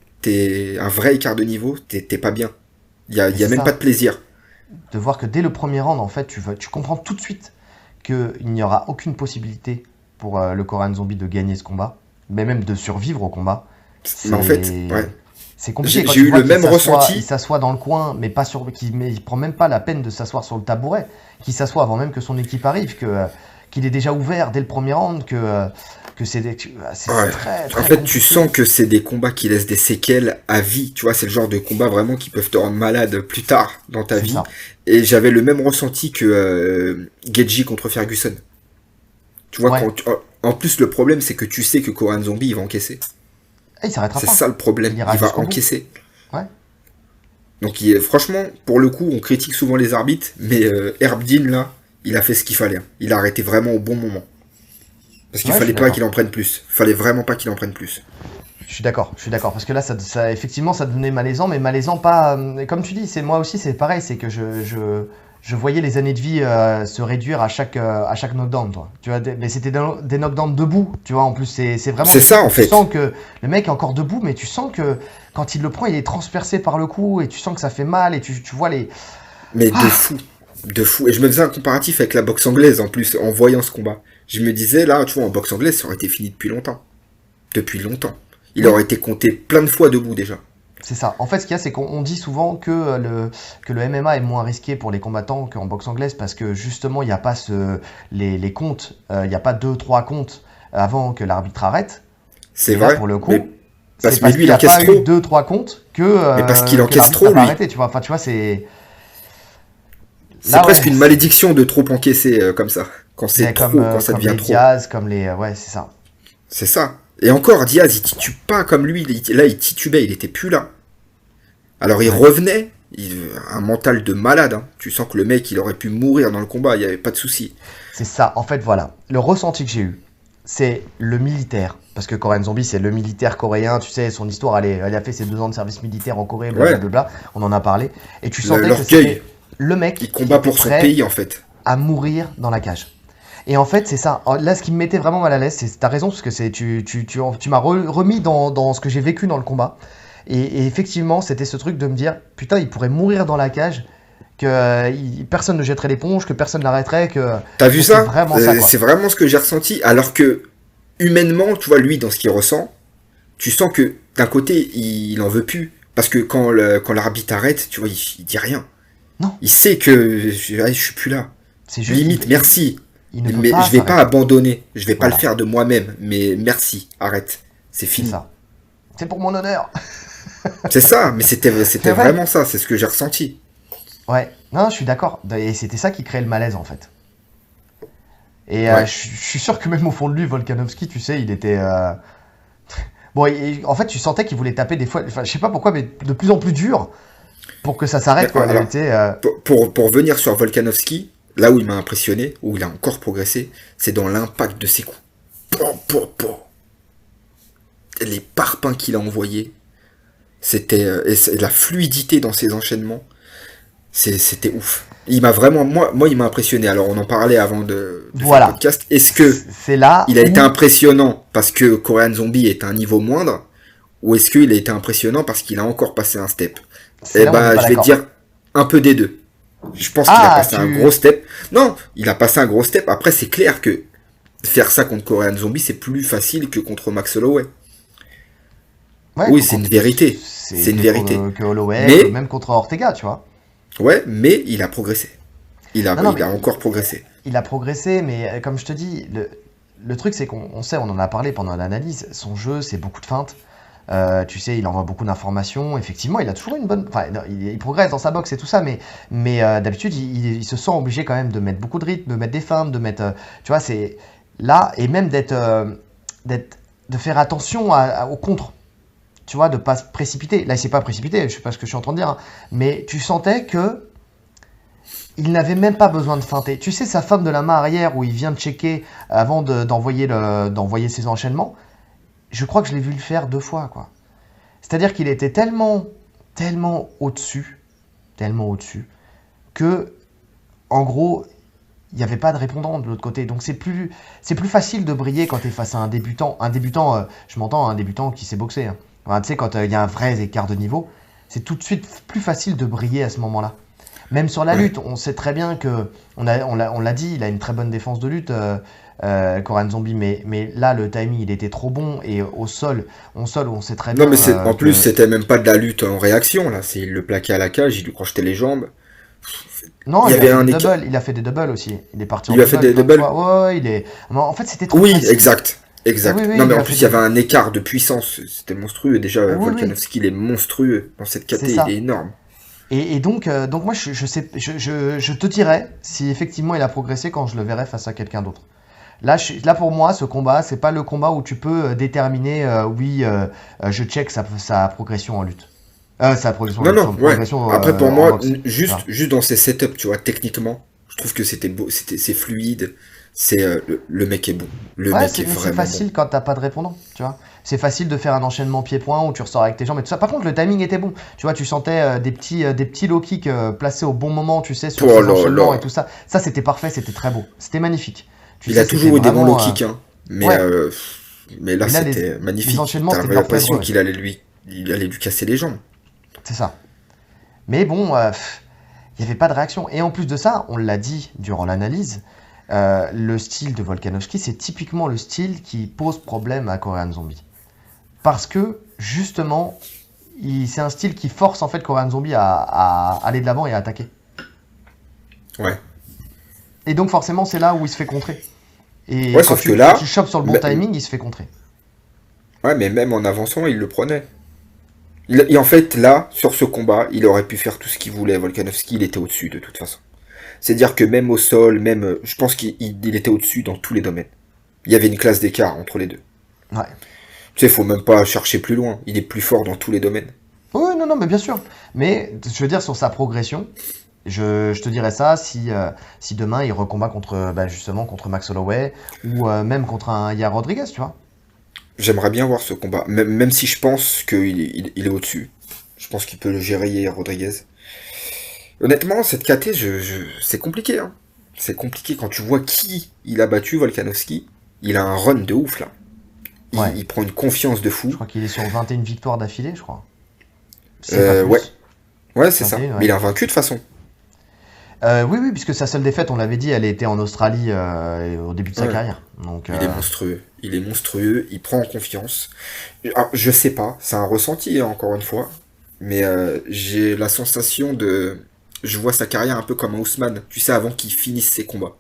un vrai écart de niveau, t'es pas bien. Mais Il y a c'est même pas ça. de plaisir. De voir que dès le premier round, en fait, tu comprends tout de suite qu'il n'y aura aucune possibilité pour le Korean Zombie de gagner ce combat, mais même de survivre au combat. Mais en fait, ouais, C'est compliqué quand j'ai tu eu vois le même il ressenti. s'assoit dans le coin, mais il prend même pas la peine de s'asseoir sur le tabouret, qu'il s'assoit avant même que son équipe arrive, qu'il est déjà ouvert dès le premier round, que c'est Ouais. très En très fait, tu compliqué. sens que c'est des combats qui laissent des séquelles à vie. Tu vois, c'est le genre de combat vraiment qui peuvent te rendre malade plus tard dans ta C'est vie. ça. Et j'avais le même ressenti que Geji contre Ferguson. Tu vois, Ouais. en plus, le problème, c'est que tu sais que Korean Zombie, il va encaisser. Et il s'arrêtera C'est pas. ça le problème. Il ira Il va jusqu'au bout. encaisser. Ouais. Donc, franchement, pour le coup, on critique souvent les arbitres, mais Herb Dean, là, il a fait ce qu'il fallait. Hein. Il a arrêté vraiment au bon moment. Parce qu'il Ouais, je suis fallait pas qu'il d'accord. en prenne plus. Fallait vraiment pas qu'il en prenne plus. Je suis d'accord, parce que là, effectivement, ça devenait malaisant, mais malaisant pas. Comme tu dis, c'est moi aussi, c'est pareil, c'est que je voyais les années de vie se réduire à chaque knockdown, toi. Tu vois, mais c'était des knockdowns debout, tu vois. En plus, c'est vraiment C'est des trucs ça, où en tu fait. sens que le mec est encore debout, mais tu sens que quand il le prend, il est transpercé par le coup, et tu sens que ça fait mal, et tu vois les. Mais de Ah, fou. De fou. Et je me faisais un comparatif avec la boxe anglaise, en plus, en voyant ce combat. Je me disais, là, tu vois, en boxe anglaise, ça aurait été fini depuis longtemps. Depuis longtemps. Il oui, aurait été compté plein de fois debout, déjà. c'est ça. En fait, ce qu'il y a, c'est qu'on dit souvent que le MMA est moins risqué pour les combattants qu'en boxe anglaise parce que justement, il n'y a pas les comptes, il n'y a pas deux, trois comptes avant que l'arbitre arrête. C'est Et là, vrai. pour le coup, c'est Mais parce lui, qu'il il n'y a encaisse pas eu trop. deux, trois comptes Mais parce qu'il que encaisse l'arbitre n'a trop, pas lui. arrêté. Tu vois, enfin, tu vois, c'est. C'est Là, ouais, presque une malédiction de trop encaisser comme ça. Quand c'est mais trop, quand ça comme devient les trop. Diaz, comme les. Ouais, c'est ça. C'est ça. Et encore, Diaz, il titube pas comme lui. Là, il titubait, il était plus là. Alors, il Ouais. revenait. Un mental de malade. Hein. Tu sens que le mec, il aurait pu mourir dans le combat. Il n'y avait pas de souci. C'est ça. En fait, voilà. Le ressenti que j'ai eu, c'est le militaire. Parce que Korean Zombie, c'est le militaire coréen. Tu sais, son histoire, elle a fait ses 2 ans de service militaire en Corée, Ouais. blablabla. On en a parlé. Et tu sentais que L'orgueil. c'était le Il mec qui combat était pour son prêt pays, en fait. à mourir dans la cage. Et en fait, c'est ça. Là, ce qui me mettait vraiment mal à l'aise, t'as raison, parce que tu m'as remis dans ce que j'ai vécu dans le combat. Et effectivement, c'était ce truc de me dire, putain, il pourrait mourir dans la cage, que personne ne jetterait l'éponge, que personne l'arrêterait, que T'as vu c'était ça? vraiment ça, quoi. C'est vraiment ce que j'ai ressenti. Alors que, humainement, tu vois, lui, dans ce qu'il ressent, tu sens que, d'un côté, il en veut plus. Parce que quand l'arbitre arrête, tu vois, il dit rien. Non, Il sait que je suis plus là. c'est juste, Limite, merci. il ne peut Mais pas je vais pas s'arrêter. abandonner. Je vais pas le Voilà, faire de moi-même. Mais merci, arrête. C'est c'est fini. ça. C'est pour mon honneur. C'est ça, mais C'est c'était vrai. vraiment ça. C'est ce que j'ai ressenti. Ouais, non, je suis d'accord. Et c'était ça qui créait le malaise, en fait. Et Ouais. je suis sûr que même au fond de lui, Volkanovski, tu sais, il était. Bon, en fait, tu sentais qu'il voulait taper des fois, enfin, je sais pas pourquoi, mais de plus en plus dur pour que ça Mais s'arrête, quoi. alors, Tu sais, pour venir sur Volkanovski, là où il m'a impressionné, où il a encore progressé, c'est dans l'impact de ses coups. Po, po, po. Les parpaings qu'il a envoyés, et la fluidité dans ses enchaînements, c'était ouf. Il m'a vraiment, moi, il m'a impressionné. Alors, on en parlait avant de faire le voilà. podcast. Est-ce que C'est là il a été où. impressionnant parce que Korean Zombie est à un niveau moindre, ou est-ce qu'il a été impressionnant parce qu'il a encore passé un step? C'est Eh là où on n'est bah, pas je vais te d'accord. dire un peu des deux. Je pense qu'il a Ah, passé un gros step. Non, il a passé un gros step. Après, c'est clair que faire ça contre Korean Zombie, c'est plus facile que contre Max Holloway. Ouais, Oui, c'est une vérité. C'est une vérité. que Holloway, que Mais, même contre Ortega, tu vois. ouais, mais il a progressé. Non, non, Il mais a encore progressé. il a progressé, mais comme je te dis, le truc, c'est qu'on sait, on en a parlé pendant l'analyse, son jeu, c'est beaucoup de feintes. Tu sais, il envoie beaucoup d'informations. Effectivement, il a toujours une bonne. Enfin, non, il progresse dans sa boxe et tout ça, mais d'habitude, il se sent obligé quand même de mettre beaucoup de rythme, de mettre des feintes, de mettre. Tu vois, c'est là, et même de faire attention au contre. Tu vois, de pas se précipiter. Là, il s'est pas précipité, je sais pas ce que je suis en train de dire, hein, mais tu sentais que il n'avait même pas besoin de feinter. Tu sais, sa femme de la main arrière où il vient de checker avant d'envoyer ses enchaînements, je crois que je l'ai vu le faire 2 fois, quoi. C'est-à-dire qu'il était tellement au-dessus, que, en gros, il n'y avait pas de répondant de l'autre côté. Donc c'est plus facile de briller quand tu es face à un débutant. Un débutant, je m'entends, un débutant qui sait boxer, hein. Enfin, tu sais, quand il y a un vrai écart de niveau, c'est tout de suite plus facile de briller à ce moment-là. Même sur la lutte, on sait très bien que, on l'a dit, il a une très bonne défense de lutte, Korean Zombie, mais là, le timing, il était trop bon, et au sol, on sait très Non, bien mais en plus, que... c'était même pas de la lutte en réaction, là. C'est il le plaquait à la cage, il lui crochetait les jambes. Non, Il y il a avait fait un des écart. doubles, il a fait des doubles aussi. Il est parti Il en lui a fait double des plein de doubles. fois. Ouais, il est... Mais en fait, c'était trop Oui, facile. exact. Eh oui, Exact. oui, Non, mais il en a fait plus, il y avait des... un écart de puissance. C'était monstrueux. Déjà, Oui, oui, Volkanovski, il est monstrueux. Dans cette c'est KT, il est ça. énorme. Et donc moi, je te dirais si effectivement il a progressé quand je le verrai face à quelqu'un d'autre. Là, pour moi, ce combat, c'est pas le combat où tu peux déterminer, oui, je check sa progression en lutte. Sa progression en Non, lutte, non, son ouais. progression Après, pour en moi, boxe. Tu juste, vois. juste dans ses setups, tu vois, techniquement, je trouve que c'était beau, c'est fluide. C'est, le mec est bon. Le Ouais, mec est mais c'est vraiment bon. facile quand t'as pas de répondant, tu vois. C'est facile de faire un enchaînement pied-point où tu ressors avec tes jambes et tout ça. Par contre, le timing était bon. Tu vois, tu sentais des petits low kicks placés au bon moment, tu sais, sur Oh ses là enchaînements et là. tout ça. Ça, c'était parfait, c'était très beau. C'était magnifique. Tu Il sais, a c'était toujours eu des bons low vraiment... kicks, hein. Ouais, Mais là, mais là, c'était les magnifique. enchaînements, c'était T'avais de l'orfèvre, l'impression ouais. il allait lui casser les jambes. C'est ça. Mais bon, il n'y avait pas de réaction. Et en plus de ça, on l'a dit durant l'analyse, le style de Volkanovski, c'est typiquement le style qui pose problème à Korean Zombie. Parce que, justement, c'est un style qui force en fait Korean Zombie à aller de l'avant et à attaquer. Ouais. Et donc forcément, c'est là où il se fait contrer. Et Ouais, quand sauf que tu là, chopes sur le bon timing, il se fait contrer. ouais, mais même en avançant, il le prenait. Et en fait, là, sur ce combat, il aurait pu faire tout ce qu'il voulait. Volkanovski, il était au-dessus de toute façon. C'est-à-dire que même au sol, même, je pense qu'il était au-dessus dans tous les domaines. Il y avait une classe d'écart entre les deux. Ouais. Tu sais, faut même pas chercher plus loin. Il est plus fort dans tous les domaines. Oui, non, non, mais bien sûr. Mais je veux dire, sur sa progression, je te dirais ça si demain il recombat justement contre Max Holloway ou même contre un Yair Rodriguez, tu vois. J'aimerais bien voir ce combat, même si je pense qu'il est au-dessus. Je pense qu'il peut le gérer, Yair Rodriguez. Honnêtement, cette KT, c'est compliqué, hein. C'est compliqué quand tu vois qui il a battu, Volkanovski. Il a un run de ouf, là. Ouais. Il prend une confiance de Je fou. crois qu'il est sur 21 victoires d'affilée, je crois. C'est pas Ouais. plus. Ouais, c'est ça. 21, Mais ouais. il a vaincu de toute façon. Oui, oui, puisque sa seule défaite, on l'avait dit, elle était en Australie au début de sa Ouais. carrière. Donc, Il est monstrueux. Il est monstrueux. Il prend en confiance. Alors, je sais pas. C'est un ressenti, hein, encore une fois. Mais j'ai la sensation de... Je vois sa carrière un peu comme un Ousmane. Tu sais, avant qu'il finisse ses combats.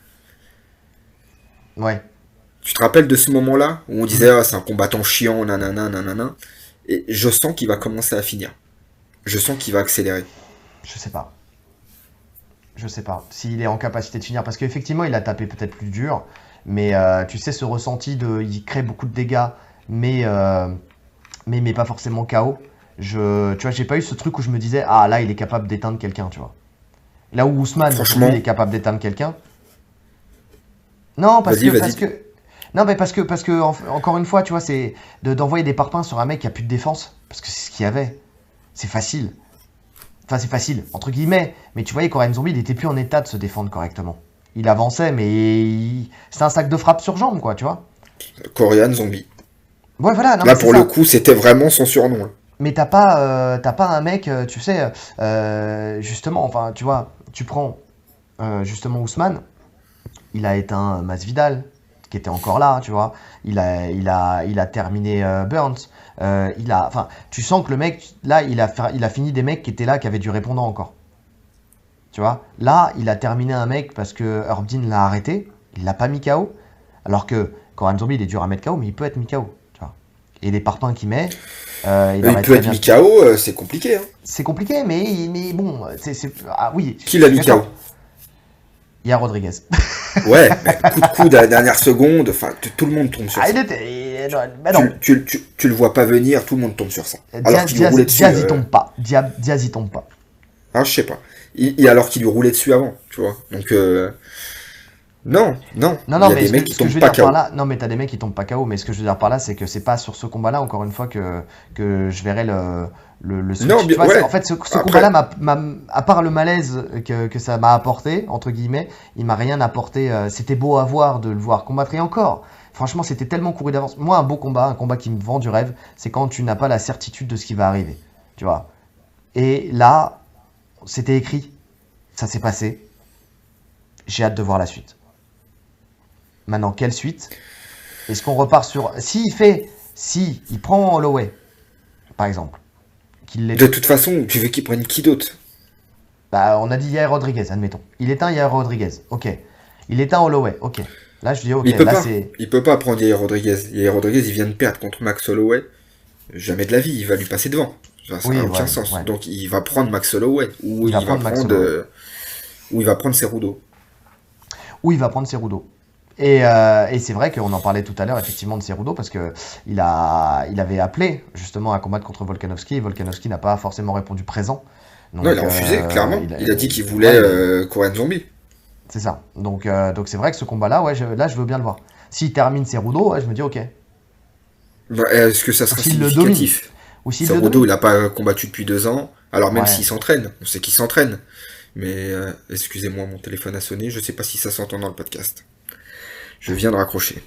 ouais. Tu te rappelles de ce moment-là où on disait Mhm. ah, c'est un combattant chiant, nanana, nanana. Et je sens qu'il va commencer à finir. Je sens qu'il va accélérer. Je sais pas. Je sais pas. S'il est en capacité de finir. Parce qu'effectivement, il a tapé peut-être plus dur. Mais tu sais, ce ressenti de. Il crée beaucoup de dégâts, mais, mais pas forcément KO. Tu vois, j'ai pas eu ce truc où je me disais, ah là, il est capable d'éteindre quelqu'un, tu vois. Là où Ousmane, aujourd'hui, il Franchement, est capable d'éteindre quelqu'un. Non, vas-y, parce vas-y. que. Non, mais parce que encore une fois, tu vois, c'est d'envoyer des parpaings sur un mec qui a plus de défense. Parce que c'est ce qu'il y avait. C'est facile. Enfin, c'est facile, entre guillemets. Mais tu voyais, Korean Zombie, il était plus en état de se défendre correctement. Il avançait, mais c'était un sac de frappe sur jambe, quoi, tu vois. Korean Zombie. Ouais, voilà, non, mais Là, c'est pour le ça. coup, c'était vraiment son surnom, là. Mais t'as pas un mec, tu sais, justement, enfin, tu vois, tu prends justement Ousmane, il a éteint Masvidal, qui était encore là, tu vois. Il a terminé Burns. Enfin, tu sens que le mec, là, il a fini des mecs qui étaient là, qui avaient du répondant encore. Tu vois. Là, il a terminé un mec parce que Herb Dean l'a arrêté. Il l'a pas mis KO. Alors que Korean Zombie, il est dur à mettre KO, mais il peut être mis KO. Tu vois. Et les parpaings qu'il met, il Il aurait peut très être bien mis pu. KO, c'est compliqué, hein. C'est compliqué, mais bon, ah oui, Qui je l'a suis mis KO? d'accord. Il y a Rodriguez. Ouais, mais coup de coude à la dernière seconde, enfin, tout le monde tombe sur Ah, ça. mais non. Tu le vois pas venir, tout le monde tombe sur ça. Alors qu'il lui roulait dessus. Diaz, il tombe pas. Diaz, il tombe pas. Ah, je sais pas. alors qu'il lui roulait dessus avant, tu vois. Donc, non, Non, il non, y a mais des mecs qui ce que je tombent veux pas dire par KO. là, non, mais t'as des mecs qui tombent pas KO, mais ce que je veux dire par là, c'est que c'est pas sur ce combat-là, encore une fois, que je verrai le Non, switch. Tu bien, vois, en ouais. fait, ce combat-là, Après, à part le malaise que ça m'a apporté, entre guillemets, il m'a rien apporté. C'était beau à voir de le voir combattre, et encore, franchement, c'était tellement couru d'avance. Moi, un beau combat, un combat qui me vend du rêve, c'est quand tu n'as pas la certitude de ce qui va arriver, tu vois. Et là, c'était écrit, ça s'est passé, j'ai hâte de voir la suite. Maintenant, quelle suite? Est-ce qu'on repart sur... Si il prend Holloway, par exemple, qu'il de l'éteint. toute façon, tu veux qu'ils prennent qui d'autre? Bah, on a dit Yair Rodriguez, admettons. Il éteint Yair Rodriguez, ok. Il éteint Holloway, ok. Là, je dis ok, Mais il peut là pas. c'est... Il peut pas prendre Yair Rodriguez. Yair Rodriguez, il vient de perdre contre Max Holloway. Jamais de la vie, il va lui passer devant. Ça Oui, n'a ouais, aucun sens. ouais. Donc il va prendre Max Holloway. Il va prendre Max Holloway. Ou il va prendre Cerudo. Ou il va prendre Cerudo. Et c'est vrai qu'on en parlait tout à l'heure effectivement de Cerudo parce que il avait appelé justement à combattre contre Volkanovski et Volkanovski n'a pas forcément répondu présent. Non, il Donc a refusé, clairement. Il a dit qu'il voulait ouais, Korean Zombie. c'est ça. Donc c'est vrai que ce combat-là, ouais, là je veux bien le voir. S'il termine Cerudo, ouais, je me dis ok. Bah, est-ce que ça Ou sera s'il le domine. significatif? Ou s'il le Cerudo, domine. il a pas combattu depuis 2 ans. Alors même Ouais. s'il s'entraîne, on sait qu'il s'entraîne. Mais excusez-moi, mon téléphone a sonné. Je sais pas si ça s'entend dans le podcast. Je viens de raccrocher.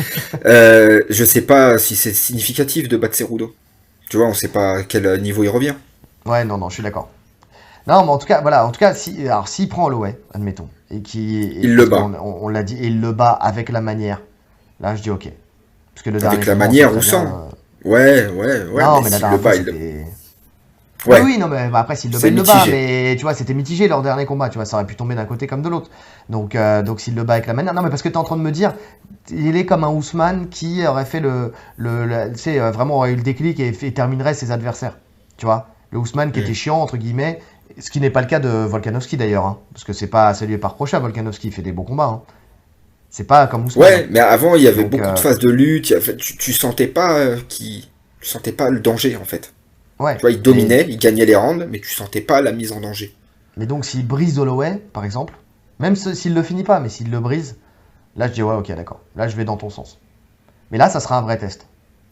Je sais pas si c'est significatif de battre Cerudo. Tu vois, on sait pas à quel niveau il revient. Ouais, non, je suis d'accord. Non, mais en tout cas, voilà, en tout cas, si, alors s'il prend Holloway, admettons, Il le parce bat. qu'on l'a dit, et il le bat avec la manière, là je dis ok. Parce que le dernier Avec la combat, on sait manière très ou bien. sans. Ouais, Non, mais mais la s'il le dernière fois bat, il le... c'était. Oui, Ouais, oui, non, mais bah, après s'il le bat, c'est il le bat, mitigé. mais tu vois, c'était mitigé leur dernier combat, tu vois, ça aurait pu tomber d'un côté comme de l'autre. Donc s'il le bat avec la manière, non, mais parce que tu es en train de me dire, il est comme un Ousmane qui aurait fait tu sais, vraiment aurait eu le déclic et terminerait ses adversaires, tu vois. Le Ousmane qui était Hmm. chiant, entre guillemets, ce qui n'est pas le cas de Volkanovski d'ailleurs, hein, parce que ça lui est pas reproché à Volkanovski, il fait des bons combats, hein. C'est pas comme Ousmane, hein. Ouais, mais avant, il y avait Donc, beaucoup de phases de lutte. Tu sentais pas tu sentais pas le danger, en fait. Tu ouais, vois, il dominait, il gagnait les rounds, mais tu sentais pas la mise en danger. mais donc s'il brise Holloway, par exemple, même s'il le finit pas, mais s'il le brise, là je dis ouais, ok, d'accord, là je vais dans ton sens. Mais là, ça sera un vrai test.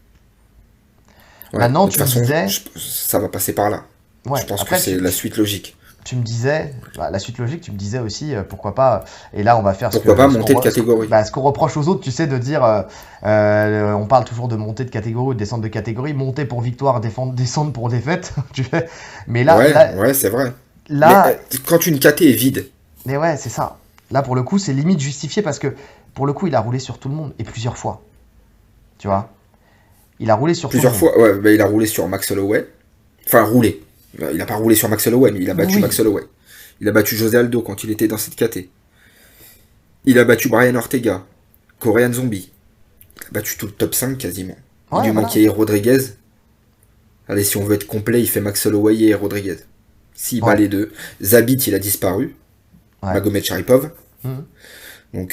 Ouais, de Maintenant, toute tu me façon, disais, ça va passer par là. Je ouais, pense que après, c'est la suite logique. tu me disais, bah, la suite logique, tu me disais aussi, pourquoi pas, et là, on va faire Pourquoi pas monter de catégorie? ce qu'on reproche aux autres, tu sais, de dire, on parle toujours de monter de catégorie ou de descendre de catégorie, monter pour victoire, descendre pour défaite, tu fais. Mais Ouais, c'est vrai. Mais là, quand une KT est vide, mais ouais, c'est ça. Là, pour le coup, c'est limite justifié parce que, pour le coup, il a roulé sur tout le monde, et plusieurs fois, tu vois. Il a roulé sur tout le plusieurs monde. fois, ouais, bah, il a roulé sur Max Holloway. Enfin, roulé. Il a pas roulé sur Max Holloway, mais il a battu Oui, Max Holloway. Il a battu José Aldo quand il était dans cette KT. Il a battu Brian Ortega, Korean Zombie. Il a battu tout le top 5 quasiment. Il ouais, lui voilà. manquait Rodriguez. Allez, si on veut être complet, il fait Max Holloway et Rodriguez. S'il bat Ouais, les deux. Zabit, il a disparu. ouais. Magomed Sharipov. Mhm. Donc,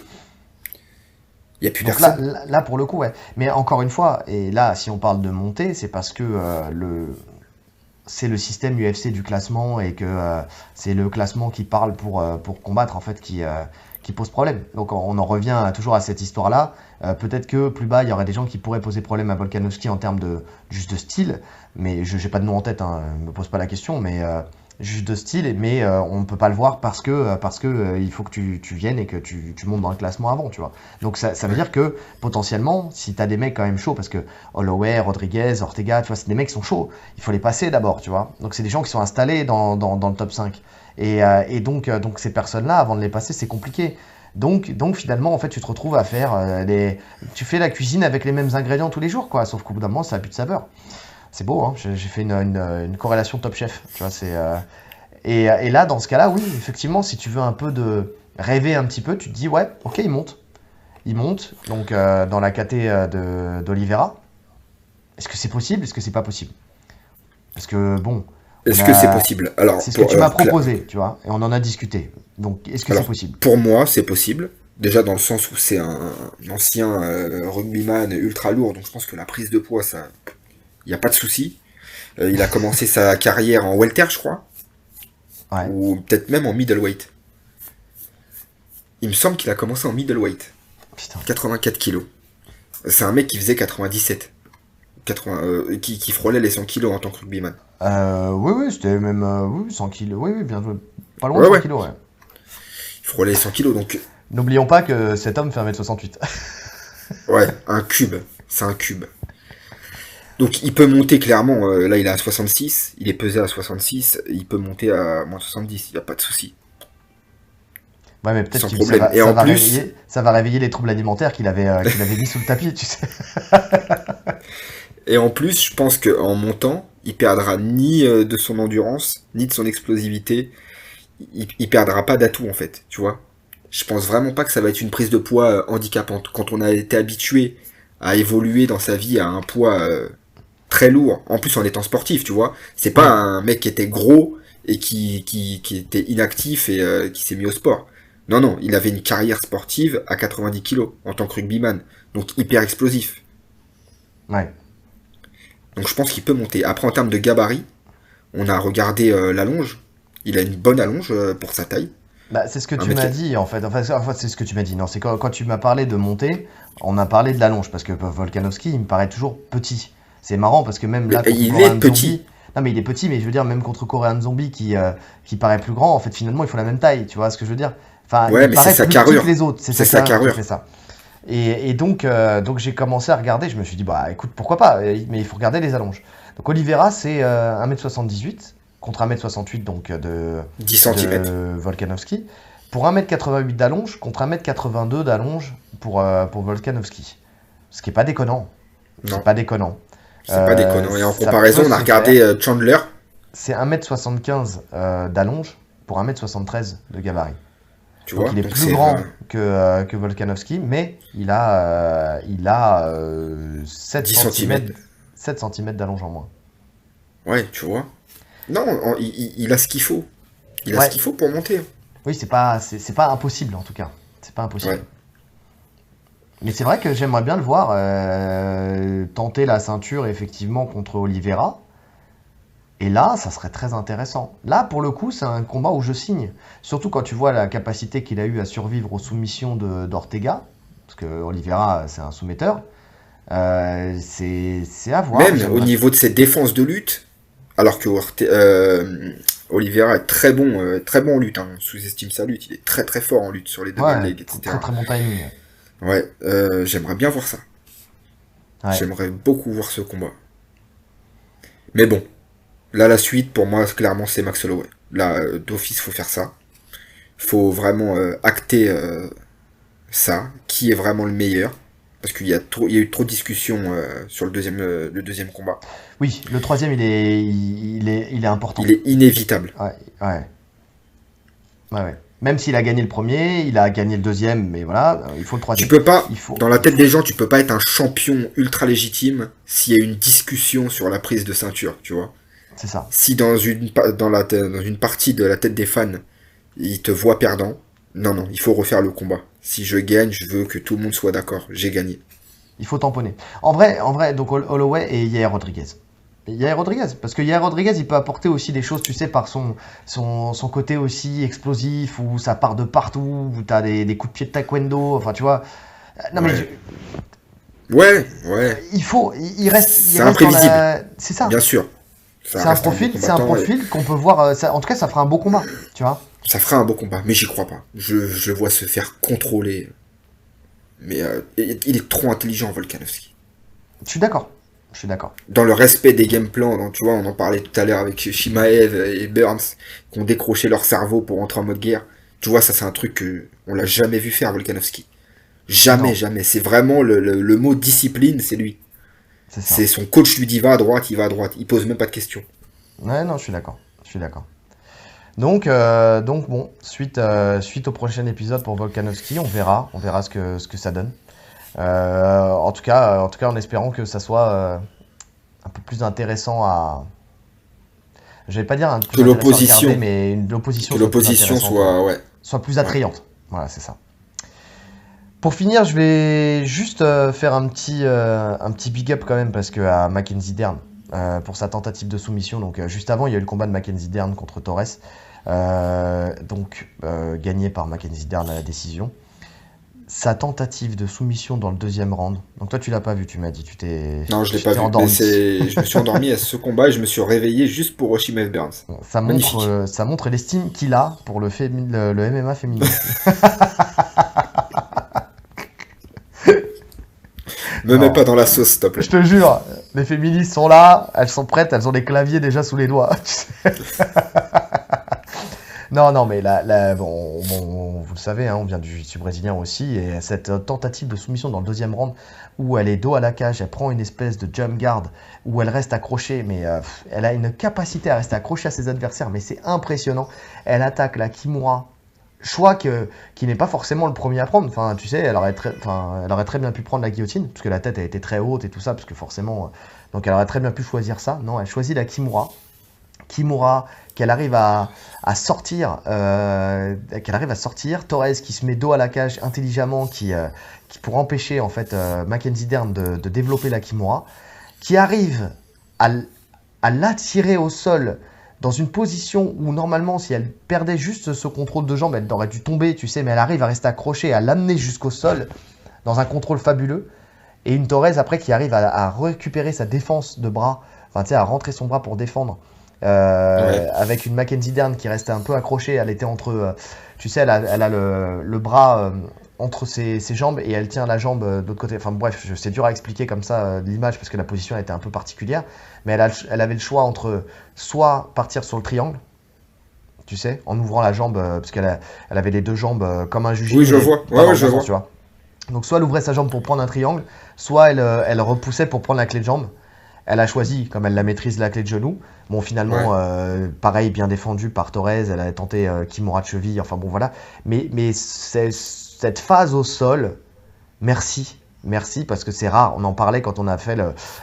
il n'y a plus Donc là, personne. pour le coup, ouais. Mais encore une fois, et là, si on parle de montée, c'est parce que c'est le système UFC du classement et que c'est le classement qui parle pour combattre, en fait, qui pose problème. Donc on en revient toujours à cette histoire-là. Peut-être que plus bas, il y aurait des gens qui pourraient poser problème à Volkanovski en termes juste de style, mais je n'ai pas de nom en tête, hein, me pose pas la question, mais juste de style, mais on ne peut pas le voir parce que il faut que tu viennes et que tu montes dans le classement avant, tu vois. Donc ça veut Ouais. dire que potentiellement, si tu as des mecs quand même chauds, parce que Holloway, Rodriguez, Ortega, tu vois, c'est des mecs qui sont chauds, il faut les passer d'abord, tu vois. Donc c'est des gens qui sont installés dans le top 5. Et donc ces personnes-là, avant de les passer, c'est compliqué. Donc finalement, en fait, tu te retrouves à faire tu fais la cuisine avec les mêmes ingrédients tous les jours, quoi. Sauf qu'au bout d'un moment, ça a plus de saveur. C'est beau, hein. J'ai fait une corrélation Top Chef, tu vois. Et là, dans ce cas-là, oui, effectivement, si tu veux un peu de rêver un petit peu, tu te dis, ouais, ok, il monte. Il monte, donc dans la KT d'Oliveira. Est-ce que c'est possible? Est-ce que c'est pas possible? Parce que bon, on Est-ce que c'est a, possible? Alors, c'est ce que tu m'as proposé, tu vois, et on en a discuté. Donc, est-ce que c'est alors, possible? pour moi, c'est possible. Déjà dans le sens où c'est un ancien rugbyman ultra lourd, donc je pense que la prise de poids, ça, il n'y a pas de souci. Il a commencé sa carrière en welter, je crois. Ouais. ou peut-être même en middleweight. Il me semble qu'il a commencé en middleweight. Putain. 84 kilos. C'est un mec qui faisait 97. Qui frôlait les 100 kilos en tant que rugbyman. Oui, c'était même oui, 100 kilos. Oui, bien joué. Pas loin Ouais, de 100 ouais. kilos, ouais. Il frôlait les 100 kilos, donc N'oublions pas que cet homme fait 1m68. ouais, un cube. C'est un cube. Donc il peut monter clairement, là il est à 66, il est pesé à 66, il peut monter à moins 70, il n'y a pas de souci. Ouais, mais peut-être Sans que problème. Et en plus, ça va réveiller les troubles alimentaires qu'il avait mis sous le tapis, tu sais. je pense qu'en montant, il perdra ni de son endurance, ni de son explosivité. Il perdra pas d'atout en fait, tu vois. Je pense vraiment pas que ça va être une prise de poids handicapante. Quand on a été habitué à évoluer dans sa vie à un poids très lourd, en plus en étant sportif, tu vois. C'est pas un mec qui était gros et qui était inactif et qui s'est mis au sport. Non, non, il avait une carrière sportive à 90 kilos en tant que rugbyman, donc hyper explosif. Ouais. Donc je pense qu'il peut monter. Après, en termes de gabarit, on a regardé l'allonge. Il a une bonne allonge pour sa taille. Bah, c'est ce que Un tu mec m'as qui- dit, en fait. Enfin, c'est ce que tu m'as dit. Non, c'est quand tu m'as parlé de montée, on a parlé de l'allonge, parce que Volkanovski, il me paraît toujours petit. C'est marrant, parce que même Mais là, contre il Korean est petit. Zombie... Non, mais il est petit, mais je veux dire, même contre Korean Zombie, qui paraît plus grand, en fait, finalement, il faut la même taille, tu vois ce que je veux dire? Enfin, Ouais, il mais c'est paraît sa plus petit carrure. que les autres, C'est sa qui carrure. fait ça. Et donc j'ai commencé à regarder, je me suis dit, bah écoute, pourquoi pas, mais il faut regarder les allonges. Donc Oliveira, c'est 1m78 contre 1m68 donc, 10 cm. de Volkanovski, pour 1m88 d'allonge contre 1m82 d'allonge pour Volkanovski. Ce qui est pas déconnant. Non, C'est pas déconnant. c'est pas déconnant. Et en Ça comparaison, peut on a se regardé faire. Chandler. C'est 1m75 d'allonge pour 1m73 de gabarit. Tu Donc vois, il est donc plus c'est grand que Volkanovski, mais il a 7 10 cm, cm. 7 cm d'allonge en moins. Ouais, tu vois. Non, il a ce qu'il faut. Il a ce Ouais, qu'il faut pour monter. oui, c'est pas impossible en tout cas. C'est pas impossible. Ouais. Mais c'est vrai que j'aimerais bien le voir tenter la ceinture effectivement contre Oliveira. Et là, ça serait très intéressant. Là, pour le coup, c'est un combat où je signe. Surtout quand tu vois la capacité qu'il a eu à survivre aux soumissions d'Ortega. Parce que Oliveira, c'est un soumetteur. C'est à voir. Même au niveau de ses défenses de lutte, alors que Oliveira est très bon en lutte. Hein. On sous-estime sa lutte. Il est très très fort en lutte sur les double Ouais, legs, etc. très très bon timing. Ouais, j'aimerais bien voir ça. Ouais. J'aimerais beaucoup voir ce combat. Mais bon, là la suite pour moi clairement c'est Max Holloway. Là d'office faut faire ça. Faut vraiment acter ça, qui est vraiment le meilleur. Parce qu'il y a eu trop de discussions sur le deuxième combat. Oui, le troisième, il est important. Il est inévitable. Ouais, ouais. Ouais, ouais. Même s'il a gagné le premier, il a gagné le deuxième, mais voilà, il faut le Tu troisième. peux pas, Il faut. dans la tête des gens, tu peux pas être un champion ultra légitime s'il y a une discussion sur la prise de ceinture, tu vois. C'est ça. Si dans une partie de la tête des fans, ils te voient perdant, non, il faut refaire le combat. Si je gagne, je veux que tout le monde soit d'accord. J'ai gagné. Il faut tamponner. En vrai, donc Holloway et Yair Rodriguez. Yair Rodriguez, parce que Yair Rodriguez, il peut apporter aussi des choses, tu sais, par son côté aussi explosif, où ça part de partout, où t'as des coups de pied de taekwondo, enfin, tu vois. Non, mais Ouais, il reste c'est dans imprévisible, c'est ça. bien sûr. Ça C'est un reste un bon profil, combattant et qu'on peut voir. En tout cas, ça fera un beau combat, tu vois. ça fera un beau combat, mais j'y crois pas. Je le vois se faire contrôler. Mais il est trop intelligent, Volkanovski. Je suis d'accord. Je suis d'accord. Dans le respect des game plans, donc, tu vois, on en parlait tout à l'heure avec Shimaev et Burns, qui ont décroché leur cerveau pour entrer en mode guerre. Tu vois, ça c'est un truc que on l'a jamais vu faire, Volkanovski. Jamais, Non. jamais. C'est vraiment le mot discipline, c'est lui. C'est ça. C'est son coach lui dit va à droite, il va à droite. Il pose même pas de questions. Ouais, non, je suis d'accord. Je suis d'accord. Donc bon, suite au prochain épisode pour Volkanovski, on verra ce que ça donne. En tout cas, en espérant que ça soit un peu plus intéressant à. Je vais pas dire un peu Que plus intéressant à l'opposition, regarder, mais l'opposition que soit plus l'opposition intéressante, soit, ouais. soit plus attrayante. Voilà, c'est ça. Pour finir, je vais juste faire un petit big up quand même parce que à Mackenzie Dern, pour sa tentative de soumission. Donc juste avant, il y a eu le combat de Mackenzie Dern contre Torres, gagné par Mackenzie Dern à la décision. Sa tentative de soumission dans le deuxième round. Donc toi tu l'as pas vu, tu m'as dit, Non, je l'ai pas vu. Mais je me suis endormi à ce combat et je me suis réveillé juste pour Chimaev Burns. Ça montre l'estime qu'il a pour le MMA féminin. Me mets pas dans la sauce, s'il te plaît. Je te jure, les féministes sont là, elles sont prêtes, elles ont les claviers déjà sous les doigts. Non, mais bon, vous le savez, hein, on vient du jiu-jitsu brésilien aussi, et cette tentative de soumission dans le deuxième round, où elle est dos à la cage, elle prend une espèce de jump guard, où elle reste accrochée, mais elle a une capacité à rester accrochée à ses adversaires, mais c'est impressionnant. Elle attaque la Kimura, choix qui n'est pas forcément le premier à prendre. Enfin, tu sais, elle aurait très bien pu prendre la guillotine, parce que la tête a été très haute et tout ça, parce que forcément, donc elle aurait très bien pu choisir ça. Non, elle choisit la Kimura, qu'elle arrive à sortir, Torres qui se met dos à la cage intelligemment, qui pour empêcher en fait Mackenzie Dern de développer la Kimura, qui arrive à l'attirer au sol dans une position où normalement si elle perdait juste ce contrôle de jambe, elle aurait dû tomber, tu sais, mais elle arrive à rester accrochée, à l'amener jusqu'au sol dans un contrôle fabuleux, et une Torres après qui arrive à récupérer sa défense de bras, enfin tu sais, à rentrer son bras pour défendre. Avec une Mackenzie Dern qui restait un peu accrochée, elle était entre, tu sais, elle a le bras entre ses jambes et elle tient la jambe de l'autre côté. Enfin bref, c'est dur à expliquer comme ça l'image parce que la position était un peu particulière, mais elle avait le choix entre soit partir sur le triangle, tu sais, en ouvrant la jambe, parce qu'elle avait les deux jambes comme un juge. Oui, je vois. Ouais, je vois. Tu vois. Donc soit elle ouvrait sa jambe pour prendre un triangle, soit elle repoussait pour prendre la clé de jambe. Elle a choisi, comme elle la maîtrise, la clé de genou. Bon, finalement, pareil, bien défendu par Torres. Elle a tenté Kimura de cheville. Enfin bon, voilà. Mais cette phase au sol, merci, parce que c'est rare. On en parlait quand on a fait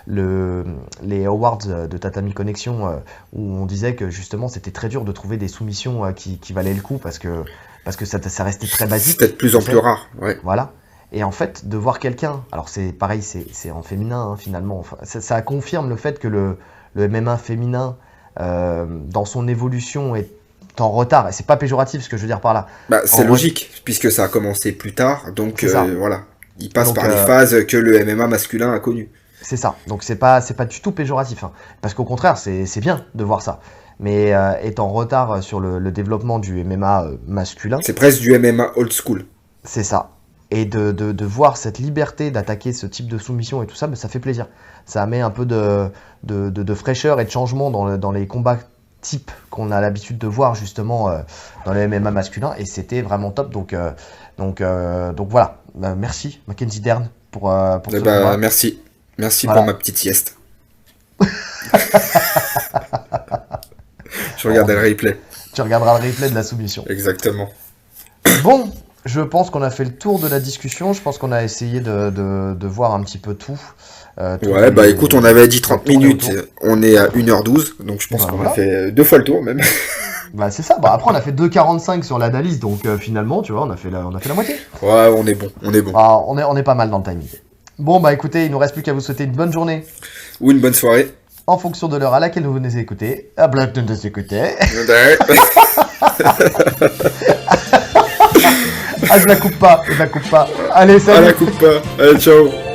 les awards de Tatami Connection, où on disait que justement, c'était très dur de trouver des soumissions qui valaient le coup, parce que ça restait très basique. C'était de plus en plus rare, ouais. Voilà. Et en fait, de voir quelqu'un, alors c'est pareil, c'est en féminin hein, finalement, enfin, ça confirme le fait que le MMA féminin, dans son évolution, est en retard. Et c'est pas péjoratif ce que je veux dire par là. Bah, c'est logique, puisque ça a commencé plus tard, donc voilà. Il passe par les phases que le MMA masculin a connues. C'est ça, donc c'est pas du tout péjoratif, hein, parce qu'au contraire, c'est bien de voir ça. Mais est en retard sur le développement du MMA masculin. C'est presque du MMA old school. C'est ça. Et de voir cette liberté d'attaquer ce type de soumission et tout ça, ça fait plaisir. Ça met un peu de fraîcheur et de changement dans les combats type qu'on a l'habitude de voir justement dans le MMA masculin. Et c'était vraiment top. Donc voilà. Merci Mackenzie Dern pour ce combat. Merci voilà. Pour ma petite sieste. Je regarde le replay. Tu regarderas le replay de la soumission. Exactement. Bon. Je pense qu'on a fait le tour de la discussion. Je pense qu'on a essayé de voir un petit peu tout. Ouais, bah écoute, on avait dit 30 minutes. On est à 1h12. Donc je pense qu'on a fait 2 fois le tour même. Bah c'est ça. Bah après, on a fait 2h45 sur l'analyse. Donc finalement, tu vois, on a fait la moitié. Ouais, on est bon. Ah, on est pas mal dans le timing. Bon, bah écoutez, il nous reste plus qu'à vous souhaiter une bonne journée. Ou une bonne soirée. En fonction de l'heure à laquelle vous venez écouter. Ah, blague de nous écouter. Ah, je la coupe pas. Allez, salut. Ah, la coupe pas. Allez, ciao.